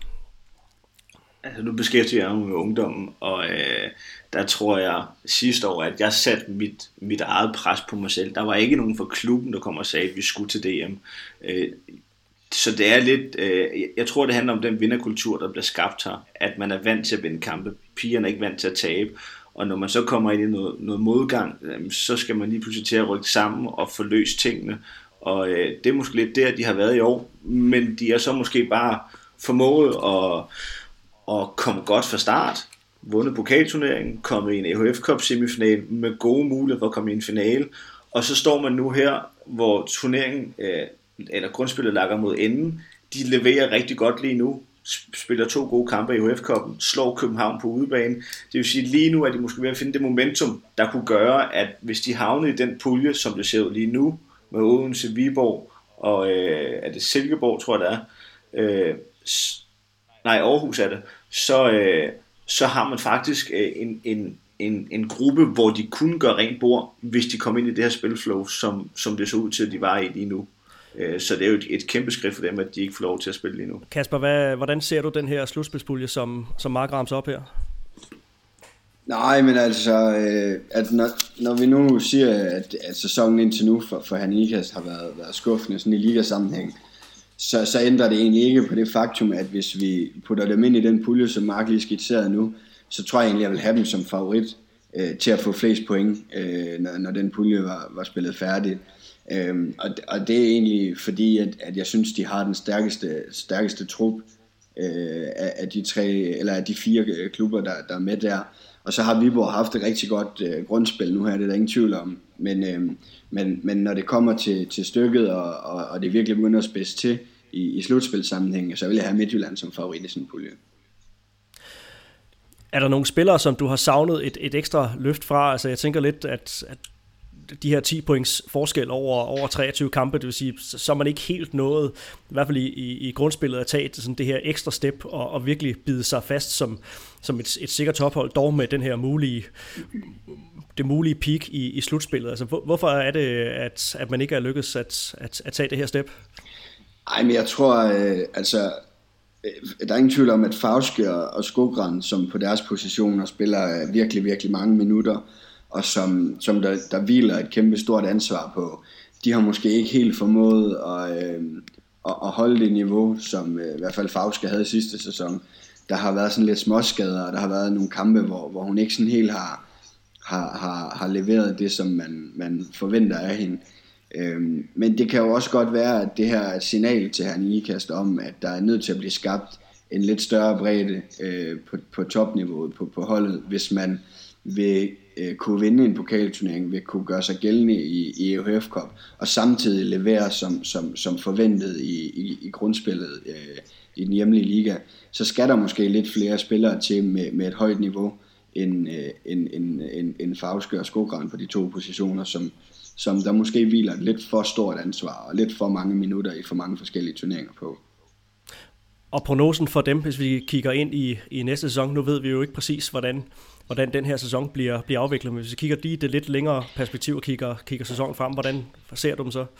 Altså, nu beskæftiger jeg mig med ungdommen, og øh, der tror jeg sidste år, at jeg satte mit, mit eget pres på mig selv. Der var ikke nogen fra klubben, der kom og sagde, at vi skulle til D M. Øh, så det er lidt, øh, jeg tror, det handler om den vinderkultur, der bliver skabt her, at man er vant til at vinde kampe. Pigerne er ikke vant til at tabe. Og når man så kommer ind i noget, noget modgang, så skal man lige pludselig til at rykke sammen og få løst tingene. Og øh, det er måske lidt der, de har været i år. Men de er så måske bare formået at, at komme godt fra start. Vundet pokalturneringen, kommet i en E H F Cup semifinal med gode muligheder for at komme i en finale. Og så står man nu her, hvor turneringen, øh, eller grundspillet lakker mod enden. De leverer rigtig godt lige nu. Spiller to gode kampe i E H F Cup'en, slår København på udebane. Det vil sige, lige nu er de måske ved at finde det momentum, der kunne gøre, at hvis de havnede i den pulje, som det ser ud lige nu, med Odense, Viborg og øh, er det Silkeborg, tror jeg det er, øh, nej, Aarhus er det, så, øh, så har man faktisk øh, en, en, en, en gruppe, hvor de kunne gøre rent bord, hvis de kom ind i det her spilflow, som, som det så ud til, at de var i lige nu. Så det er jo et, et kæmpe skridt for dem, at de ikke får lov til at spille lige nu. Kasper, hvad, hvordan ser du den her slutspilspulje, som, som Mark ramser op her? Nej, men altså, øh, at når, når vi nu siger, at, at sæsonen indtil nu for, for Herning Ikast har været, været skuffende sådan i ligasammenhæng, så, så ændrer det egentlig ikke på det faktum, at hvis vi putter dem ind i den pulje, som Mark lige skitserede nu, så tror jeg egentlig, jeg vil have dem som favorit øh, til at få flest point, øh, når, når den pulje var, var spillet færdig. Øhm, og, og det er egentlig fordi, at, at jeg synes, de har den stærkeste, stærkeste trup øh, af, af de tre eller af de fire klubber, der, der er med der. Og så har Viborg haft et rigtig godt øh, grundspil nu her, det er der ingen tvivl om. Men, øh, men, men når det kommer til, til stykket, og, og, og det virkelig begynder at spidse til i, i slutspilssammenhæng, så vil jeg have Midtjylland som favorit i sådan en pulje. Er der nogle spillere, som du har savnet et, et ekstra løft fra? Altså jeg tænker lidt, at, at de her ti points forskel over, over treogtyve kampe, det vil sige, så er man ikke helt nået, i hvert fald i, i, i grundspillet, at tage sådan det her ekstra step og, og virkelig bide sig fast som, som et, et sikkert tophold, dog med den her mulige, det mulige peak i, i slutspillet. Altså, hvor, hvorfor er det, at, at man ikke er lykkedes at, at, at tage det her step? Ej, men jeg tror, øh, altså, øh, der er ingen tvivl om, at Fauske og, og Skogran, som på deres positioner spiller virkelig, virkelig mange minutter, og som, som der, der hviler et kæmpe stort ansvar på, de har måske ikke helt formået at, øh, at, at holde det niveau, som øh, i hvert fald Fauske havde sidste sæson. Der har været sådan lidt småskader, og der har været nogle kampe, hvor, hvor hun ikke sådan helt har, har, har, har leveret det, som man, man forventer af hende. Øhm, men det kan jo også godt være, at det her er et signal til Herning Ikast om, at der er nødt til at blive skabt en lidt større bredde øh, på, på topniveauet på, på holdet, hvis man vil øh, kunne vinde en pokalturnering, vil kunne gøre sig gældende i, i E H F Cup, og samtidig levere som, som, som forventet i, i, i grundspillet øh, i den hjemlige liga, så skal der måske lidt flere spillere til med, med et højt niveau end, øh, end, end, end, end Fauske og Skogran på de to positioner, som, som der måske hviler et lidt for stort ansvar, og lidt for mange minutter i for mange forskellige turneringer på. Og prognosen for dem, hvis vi kigger ind i, i næste sæson, nu ved vi jo ikke præcis, hvordan, hvordan den her sæson bliver, bliver afviklet, men hvis vi kigger lige det lidt længere perspektiv og kigger, kigger sæsonen frem, hvordan ser du dem så?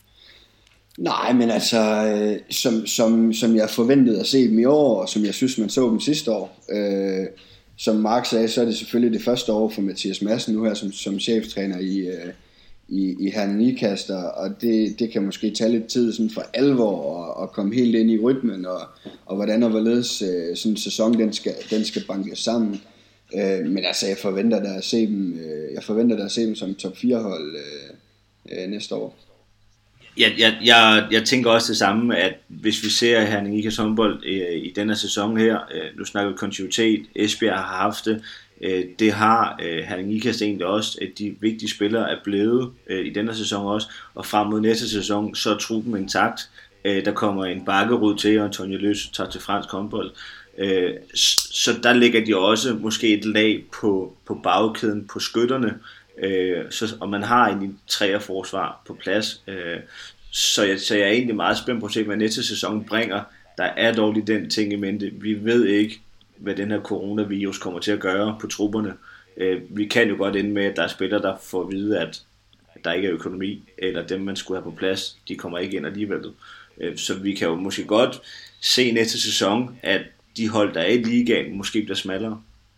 Nej, men altså, øh, som, som, som jeg forventede at se dem i år, og som jeg synes, man så dem sidste år, øh, som Mark sagde, så er det selvfølgelig det første år for Mathias Madsen nu her som, som cheftræner i, øh, i, i Herning Ikast, og det, det kan måske tage lidt tid sådan for alvor og, og komme helt ind i rytmen, og, og hvordan og hvorledes øh, sådan en sæson den skal, den skal bankes sammen. Øh, men altså, jeg forventer da at se dem, øh, jeg forventer da at se dem som top fire hold øh, øh, næste år. Jeg, jeg, jeg, jeg tænker også det samme, at hvis vi ser Herning Ikast håndbold øh, i denne sæson her, øh, nu snakker vi kontinuitet, Esbjerg har haft det, øh, det har øh, Herning Ikast egentlig også, at de vigtige spillere er blevet øh, i denne sæson også, og frem mod næste sæson, så er truppen intakt. Øh, der kommer en Bakkerud til, og Antonio Løs tager til fransk håndbold. Øh, så der ligger de også måske et lag på, på bagkæden, på skytterne, Øh, så, og man har egentlig tre forsvar på plads, øh, så, jeg, så jeg er egentlig meget spændt på at se, hvad næste sæson bringer. Der er dog lige den ting i mente, vi ved ikke, hvad den her coronavirus kommer til at gøre på trupperne. øh, vi kan jo godt ende med, at der er spillere, der får at vide, at der ikke er økonomi, eller dem man skulle have på plads, de kommer ikke ind alligevel. øh, så vi kan jo måske godt se næste sæson, at de hold, der er i ligaen, måske bliver smallere.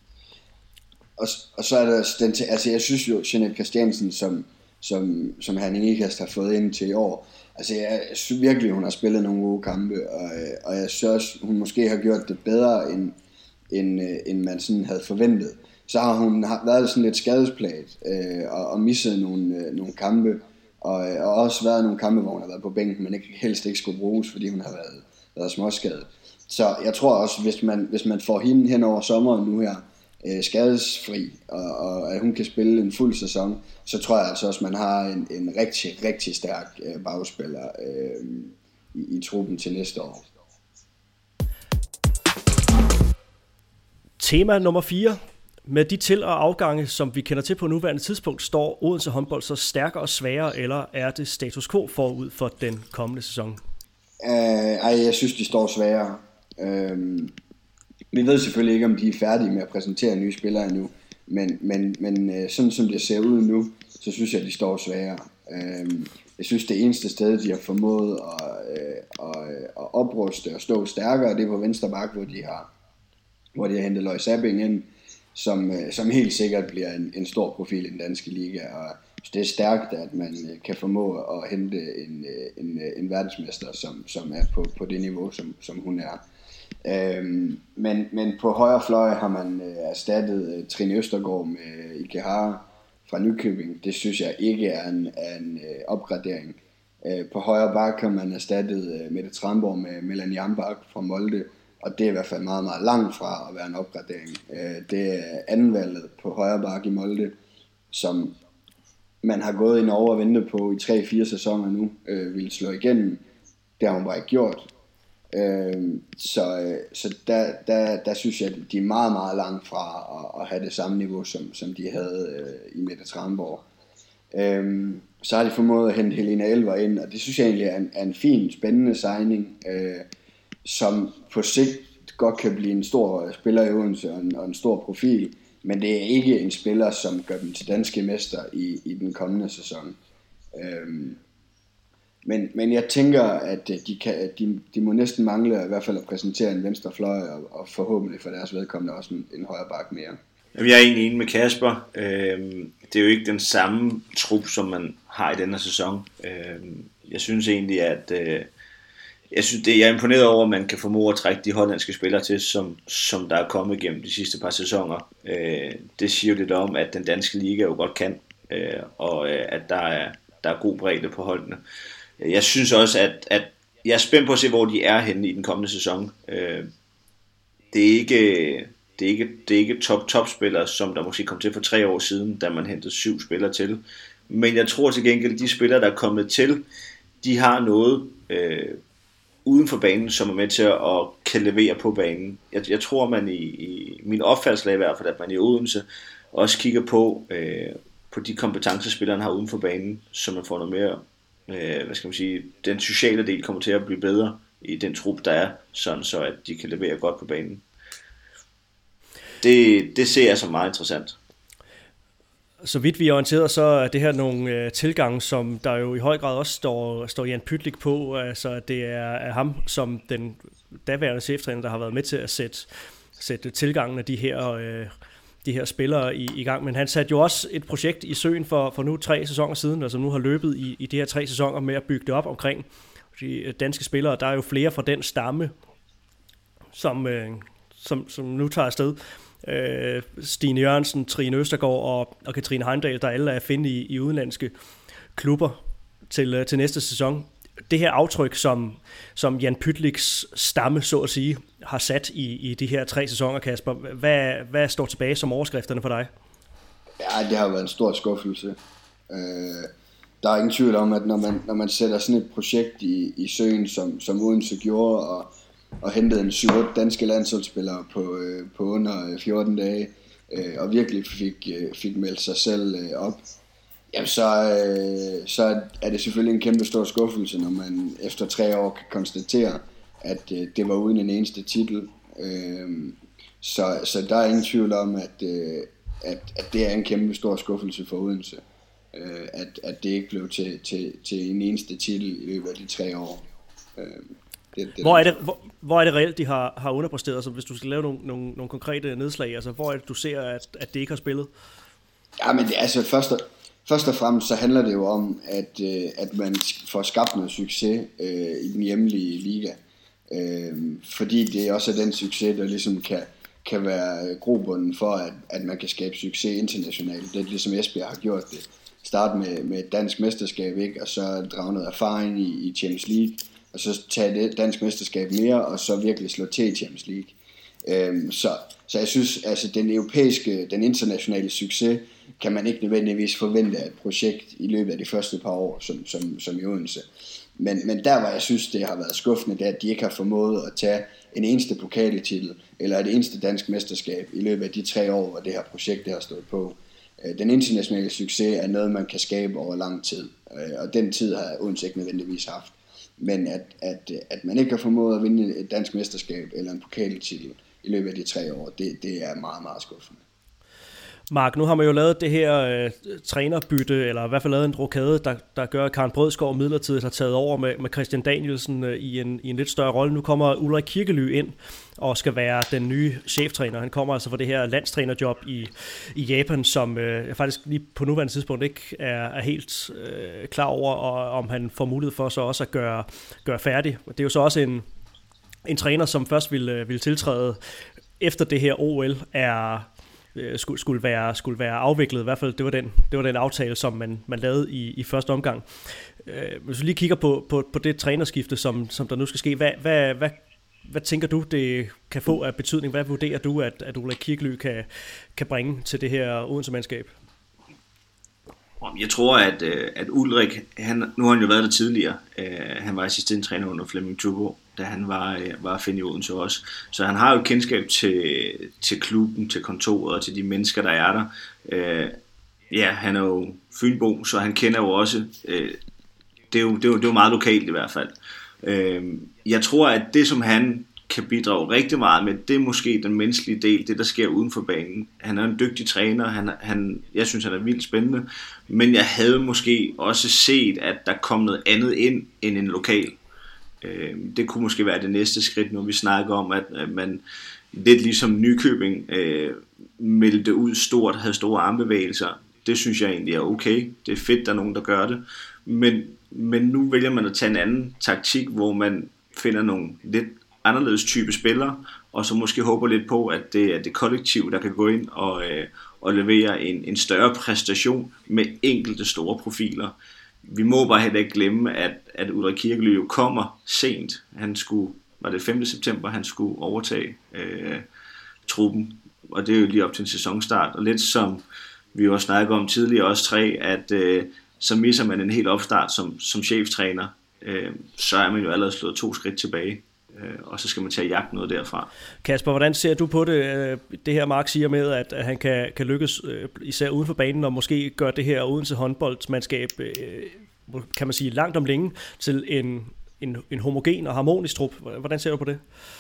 Og, og så er der den til, altså jeg synes jo, Jeanette Christiansen, som, som, som Herning Ikast har fået ind til i år, altså jeg synes virkelig, hun har spillet nogle gode kampe, og, og jeg synes også, hun måske har gjort det bedre, end, end, end man sådan havde forventet. Så har hun været sådan lidt skadesplaget, øh, og, og misset nogle, øh, nogle kampe, og, og også været nogle kampe, hvor hun har været på bænken, men ikke, helst ikke skulle bruges, fordi hun har været, været småskadet. Så jeg tror også, hvis man, hvis man får hende hen over sommeren nu her, skadesfri, og, og at hun kan spille en fuld sæson, så tror jeg altså også, at man har en, en rigtig, rigtig stærk øh, bagspiller øh, i, i truppen til næste år. Tema nummer fire. Med de til- og afgange, som vi kender til på nuværende tidspunkt, står Odense håndbold så stærkere og sværere, eller er det status quo forud for den kommende sæson? Uh, ej, jeg synes, de står sværere. Uh, Vi ved selvfølgelig ikke, om de er færdige med at præsentere nye spillere endnu, men, men, men sådan som det ser ud nu, så synes jeg, at de står svagere. Jeg synes, det eneste sted, de har formået at, at, at opruste og stå stærkere, det er på venstre bak, hvor de har, hvor de har hentet Løg Sapping ind, som, som helt sikkert bliver en, en stor profil i den danske liga. Og det er stærkt, at man kan formå at hente en, en, en verdensmester, som, som er på, på det niveau, som, som hun er. Øhm, men, men på højre fløj har man øh, erstattet øh, Trine Østergaard med Ikehara fra Nykøbing. Det synes jeg ikke er en, er en øh, opgradering. Øh, på højre bak har man erstattet øh, Mette Tranborg med Melanie Jambak fra Molde, og det er i hvert fald meget, meget langt fra at være en opgradering. Øh, det er andenvalget på højre bak i Molde, som man har gået ind over og ventet på i tre fire sæsoner nu, øh, ville slå igennem. Det har hun bare ikke gjort. Øh, så så der, der, der synes jeg, at de er meget, meget langt fra at, at have det samme niveau, som, som de havde øh, i Mette Tranborg. Øh, så har de formået at hente Helena Elver ind, og det synes jeg egentlig er en, er en fin, spændende signing, øh, som på sigt godt kan blive en stor spiller i Odense og en, og en stor profil, men det er ikke en spiller, som gør dem til danske mester i, i den kommende sæson. Øh, Men, men jeg tænker, at de, kan, de, de må næsten mangle i hvert fald at præsentere en venstre fløj, og, og forhåbentlig for deres vedkommende også en, en højre bak mere. Jeg er egentlig enig med Kasper. Det er jo ikke den samme trup, som man har i denne sæson. Jeg synes egentlig, at jeg, synes, det, jeg er imponeret over, at man kan formå at trække de hollandske spillere til, som, som der er kommet igennem de sidste par sæsoner. Det siger jo lidt om, at den danske liga jo godt kan, og at der er, der er god bredde på holdene. Jeg synes også, at, at jeg er spændt på at se, hvor de er henne i den kommende sæson. Det er ikke, det er ikke, det er ikke top-top-spillere, som der måske kom til for tre år siden, da man hentede syv spillere til. Men jeg tror til gengæld, at de spillere, der er kommet til, de har noget øh, uden for banen, som er med til at kan levere på banen. Jeg, jeg tror, man i, i min opfattelse i hvert fald, at man i Odense også kigger på, øh, på de kompetencer, spilleren har uden for banen, så man får noget mere, øh, hvad skal man sige, den sociale del kommer til at blive bedre i den trup, der er, sådan så at de kan levere godt på banen. Det, det ser jeg som meget interessant. Så vidt vi er orienteret, så er det her nogle øh, tilgange, som der jo i høj grad også står, står Jan Pytlik på. Altså det er, er ham som den daværende cheftræner, der har været med til at sætte, sætte tilgangen af de her, øh, de her spillere i, i gang. Men han satte jo også et projekt i søen for, for nu tre sæsoner siden, altså nu har løbet i, i de her tre sæsoner med at bygge det op omkring de danske spillere. Der er jo flere fra den stamme, som, øh, som, som nu tager afsted. Øh, Stine Jørgensen, Trine Østergaard og, og Katrine Heimdal, der alle er at finde i, i udenlandske klubber til, til næste sæson. Det her aftryk, som, som Jan Pytliks stamme, så at sige, har sat i, i de her tre sæsoner, Kasper, hvad, hvad står tilbage som overskrifterne for dig? Ja, det har været en stor skuffelse. Øh, der er ingen tvivl om, at når man, når man sætter sådan et projekt i, i søen, som, som Odense gjorde, og og hentede en syv otte danske landsholdsspillere på, øh, på under fjorten dage, øh, og virkelig fik, øh, fik meldt sig selv øh, op, jamen så, øh, så er det selvfølgelig en kæmpe stor skuffelse, når man efter tre år kan konstatere, at øh, det var uden en eneste titel. Øh, så, så der er ingen tvivl om, at, øh, at, at det er en kæmpe stor skuffelse for Odense, øh, at, at det ikke blev til, til, til en eneste titel i løbet af de tre år. Øh, Det, det hvor, er det, hvor, hvor er det reelt, de har, har underpræsteret? Altså, hvis du skal lave nogle, nogle, nogle konkrete nedslag, altså, hvor er det, du ser, at, at det ikke har spillet? Ja, men det, altså, først, og, først og fremmest så handler det jo om, at, øh, at man får skabt noget succes øh, i den hjemlige liga. Øh, fordi det også er den succes, der ligesom kan, kan være grobunden for, at, at man kan skabe succes internationalt. Det er ligesom Esbjerg har gjort det. Start med, med et dansk mesterskab, ikke? Og så drage noget erfaring i, i Champions League, og så tage det dansk mesterskab mere, og så virkelig slå til i Champions League. Øhm, så, så jeg synes, altså den europæiske, den internationale succes, kan man ikke nødvendigvis forvente af et projekt i løbet af de første par år, som, som, som i Odense. Men, men der, hvor jeg synes, det har været skuffende, det er, at de ikke har formået at tage en eneste pokaltitel, eller et eneste dansk mesterskab i løbet af de tre år, hvor det her projekt det har stået på. Den internationale succes er noget, man kan skabe over lang tid, og den tid har Odense ikke nødvendigvis haft. Men at, at, at man ikke har formået at vinde et dansk mesterskab eller en pokaltitel i løbet af de tre år, det, det er meget, meget skuffende. Mark, nu har man jo lavet det her øh, trænerbytte, eller i hvert fald lavet en rokade, der, der gør, at Karen Brødsgaard midlertidigt har taget over med, med Christian Danielsen øh, i, en, i en lidt større rolle. Nu kommer Ulrik Kirkely ind og skal være den nye cheftræner. Han kommer altså fra det her landstrænerjob i, i Japan, som øh, jeg faktisk lige på nuværende tidspunkt ikke er, er helt øh, klar over, og om han får mulighed for så også at gøre, gøre færdig. Det er jo så også en, en træner, som først ville, ville tiltræde efter det her O L er... Skulle, skulle, være, skulle være afviklet. I hvert fald, det var den, det var den aftale, som man, man lavede i, i første omgang. Øh, hvis vi lige kigger på, på, på det trænerskifte, som, som der nu skal ske, hvad, hvad, hvad, hvad tænker du, det kan få af betydning? Hvad vurderer du, at, at Ulrik Kirkely kan, kan bringe til det her Odense-mandskab? Jeg tror, at, at Ulrik, han, nu har han jo været der tidligere. Han var assistenttræner under Flemming Tubo, da han var, var at finde i Odense også. Så han har jo kendskab til, til klubben, til kontoret og til de mennesker, der er der. Ja, han er jo fynbo, så han kender jo også, det er jo, det er jo, det er jo meget lokalt i hvert fald. Jeg tror, at det som han kan bidrage rigtig meget med, det er måske den menneskelige del, det der sker uden for banen. Han er en dygtig træner, han, han, jeg synes han er vildt spændende, men jeg havde måske også set, at der kom noget andet ind end en lokal. Øh, det kunne måske være det næste skridt, når vi snakker om, at, at man lidt ligesom Nykøbing øh, meldte ud stort, havde store armbevægelser. Det synes jeg egentlig er okay. Det er fedt, der er nogen, der gør det. Men, men nu vælger man at tage en anden taktik, hvor man finder nogle lidt anderledes type spillere, og så måske håber lidt på, at det er det kollektiv, der kan gå ind og, øh, og levere en, en større præstation med enkelte store profiler. Vi må bare heller ikke glemme, at, at Ulrik Kirkely jo kommer sent. Han skulle, var det femte september, han skulle overtage øh, truppen, og det er jo lige op til en sæsonstart. Og lidt som vi også snakkede om tidligere, også tre, at øh, så misser man en helt opstart som, som cheftræner, øh, så er man jo allerede slået to skridt tilbage. øh, og så skal man tage jagt noget derfra. Kasper, hvordan ser du på det, det her Mark siger med, at han kan, kan lykkes især uden for banen, og måske gøre det her Odense håndboldsmandskab, kan man sige, langt om længe til en, en, en homogen og harmonisk trup? Hvordan ser du på det?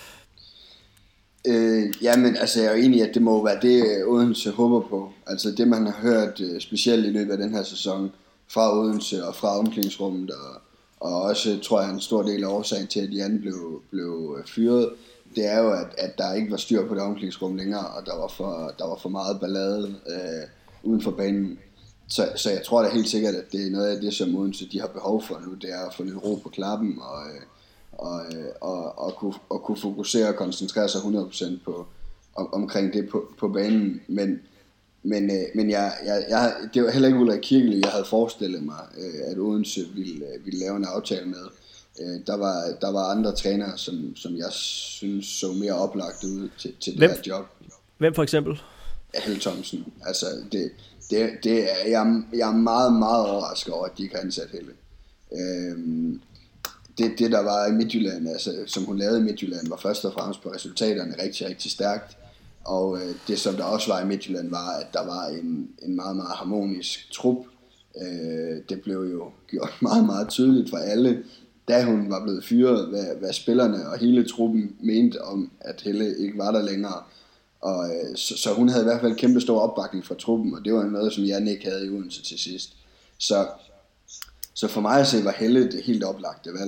Øh, jamen, altså jeg er jo enig i, at det må være det, Odense håber på. Altså det, man har hørt specielt i løbet af den her sæson fra Odense og fra omklædningsrummet, og, og også, tror jeg, en stor del af årsagen til, at Jan blev, blev fyret, det er jo, at, at der ikke var styr på det omklædningsrum længere, og der var for, der var for meget ballade øh, uden for banen. Så, så jeg tror da helt sikkert, at det er noget af det, som Odense de har behov for nu, det er at få lidt ro på klappen, og og, og, og, kunne, og kunne fokusere og koncentrere sig hundrede procent på, om, omkring det på, på banen. Men, men, men jeg, jeg, jeg, det var heller ikke Ulrik Kirkelig, jeg havde forestillet mig, at Odense ville, ville lave en aftale med. Der var, der var andre trænere, som, som jeg synes så mere oplagt ud til, til det Hvem? her job. Hvem for eksempel? Helle Thomsen. Altså, det, det, det er, jeg, jeg er meget, meget overrasket over, at de ikke har ansat Helle. Øhm, Det, det der var i Midtjylland, altså, som hun lavede i Midtjylland, var først og fremmest på resultaterne rigtig, rigtig stærkt. Og øh, det som der også var i Midtjylland var, at der var en, en meget, meget harmonisk trup. Øh, det blev jo gjort meget, meget tydeligt for alle, da hun var blevet fyret, hvad, hvad spillerne og hele truppen mente om, at Helle ikke var der længere. Og, øh, så, så hun havde i hvert fald kæmpe stor opbakning fra truppen, og det var noget, som Jan ikke havde i Odense til sidst. Så, så for mig at se, var Helle det helt oplagte valg.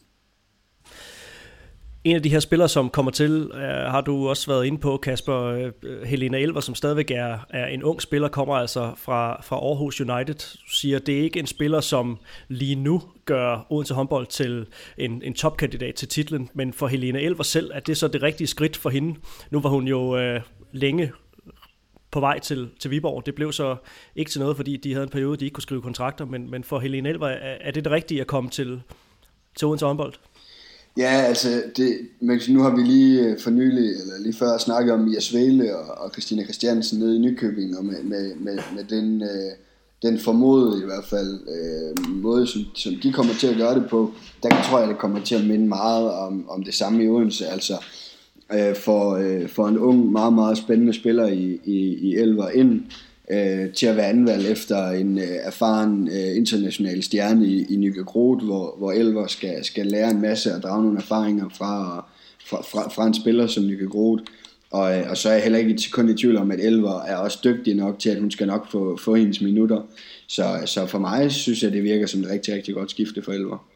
En af de her spillere, som kommer til, uh, har du også været inde på, Kasper. Uh, Helena Elver, som stadigvæk er, er en ung spiller, kommer altså fra, fra Aarhus United. Du siger, det er ikke en spiller, som lige nu gør Odense håndbold til en, en topkandidat til titlen, men for Helena Elver selv, er det så det rigtige skridt for hende? Nu var hun jo uh, længe på vej til, til Viborg. Det blev så ikke til noget, fordi de havde en periode, de ikke kunne skrive kontrakter, men, men for Helena Elver, er, er det det rigtige at komme til, til Odense håndbold? Ja, altså, det, men nu har vi lige for nylig, eller lige før snakket om Mia Svele og, og Christina Christiansen nede i Nykøbing, og med, med, med, med den, øh, den formodede i hvert fald øh, måde, som, som de kommer til at gøre det på, der tror jeg, det kommer til at minde meget om, om det samme i Odense, altså øh, for, øh, for en ung, meget, meget spændende spiller i, i, i Elver ind, Øh, til at være anvalgt efter en øh, erfaren øh, international stjerne i, i Nyke Groth, hvor, hvor Elver skal, skal lære en masse og drage nogle erfaringer fra, fra, fra, fra en spiller som Nyke Groth. Og, øh, og så er jeg heller ikke kun i tvivl om, at Elver er også dygtig nok til, at hun skal nok få, få hendes minutter. Så, så for mig synes jeg, det virker som et rigtig, rigtig godt skifte for Elver.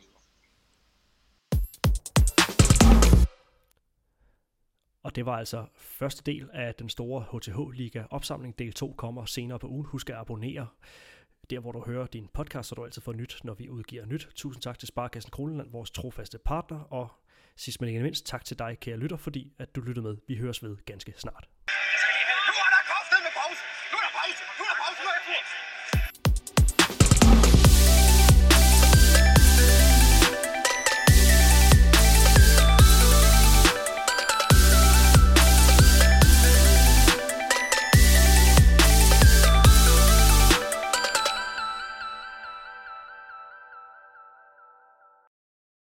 Og det var altså første del af den store H T H-liga opsamling. Del to kommer senere på ugen. Husk at abonnere der, hvor du hører din podcast, så du altid får nyt, når vi udgiver nyt. Tusind tak til Sparekassen Kroneland, vores trofaste partner. Og sidst men ikke mindst, tak til dig, kære lytter, fordi at du lyttede med. Vi høres ved ganske snart.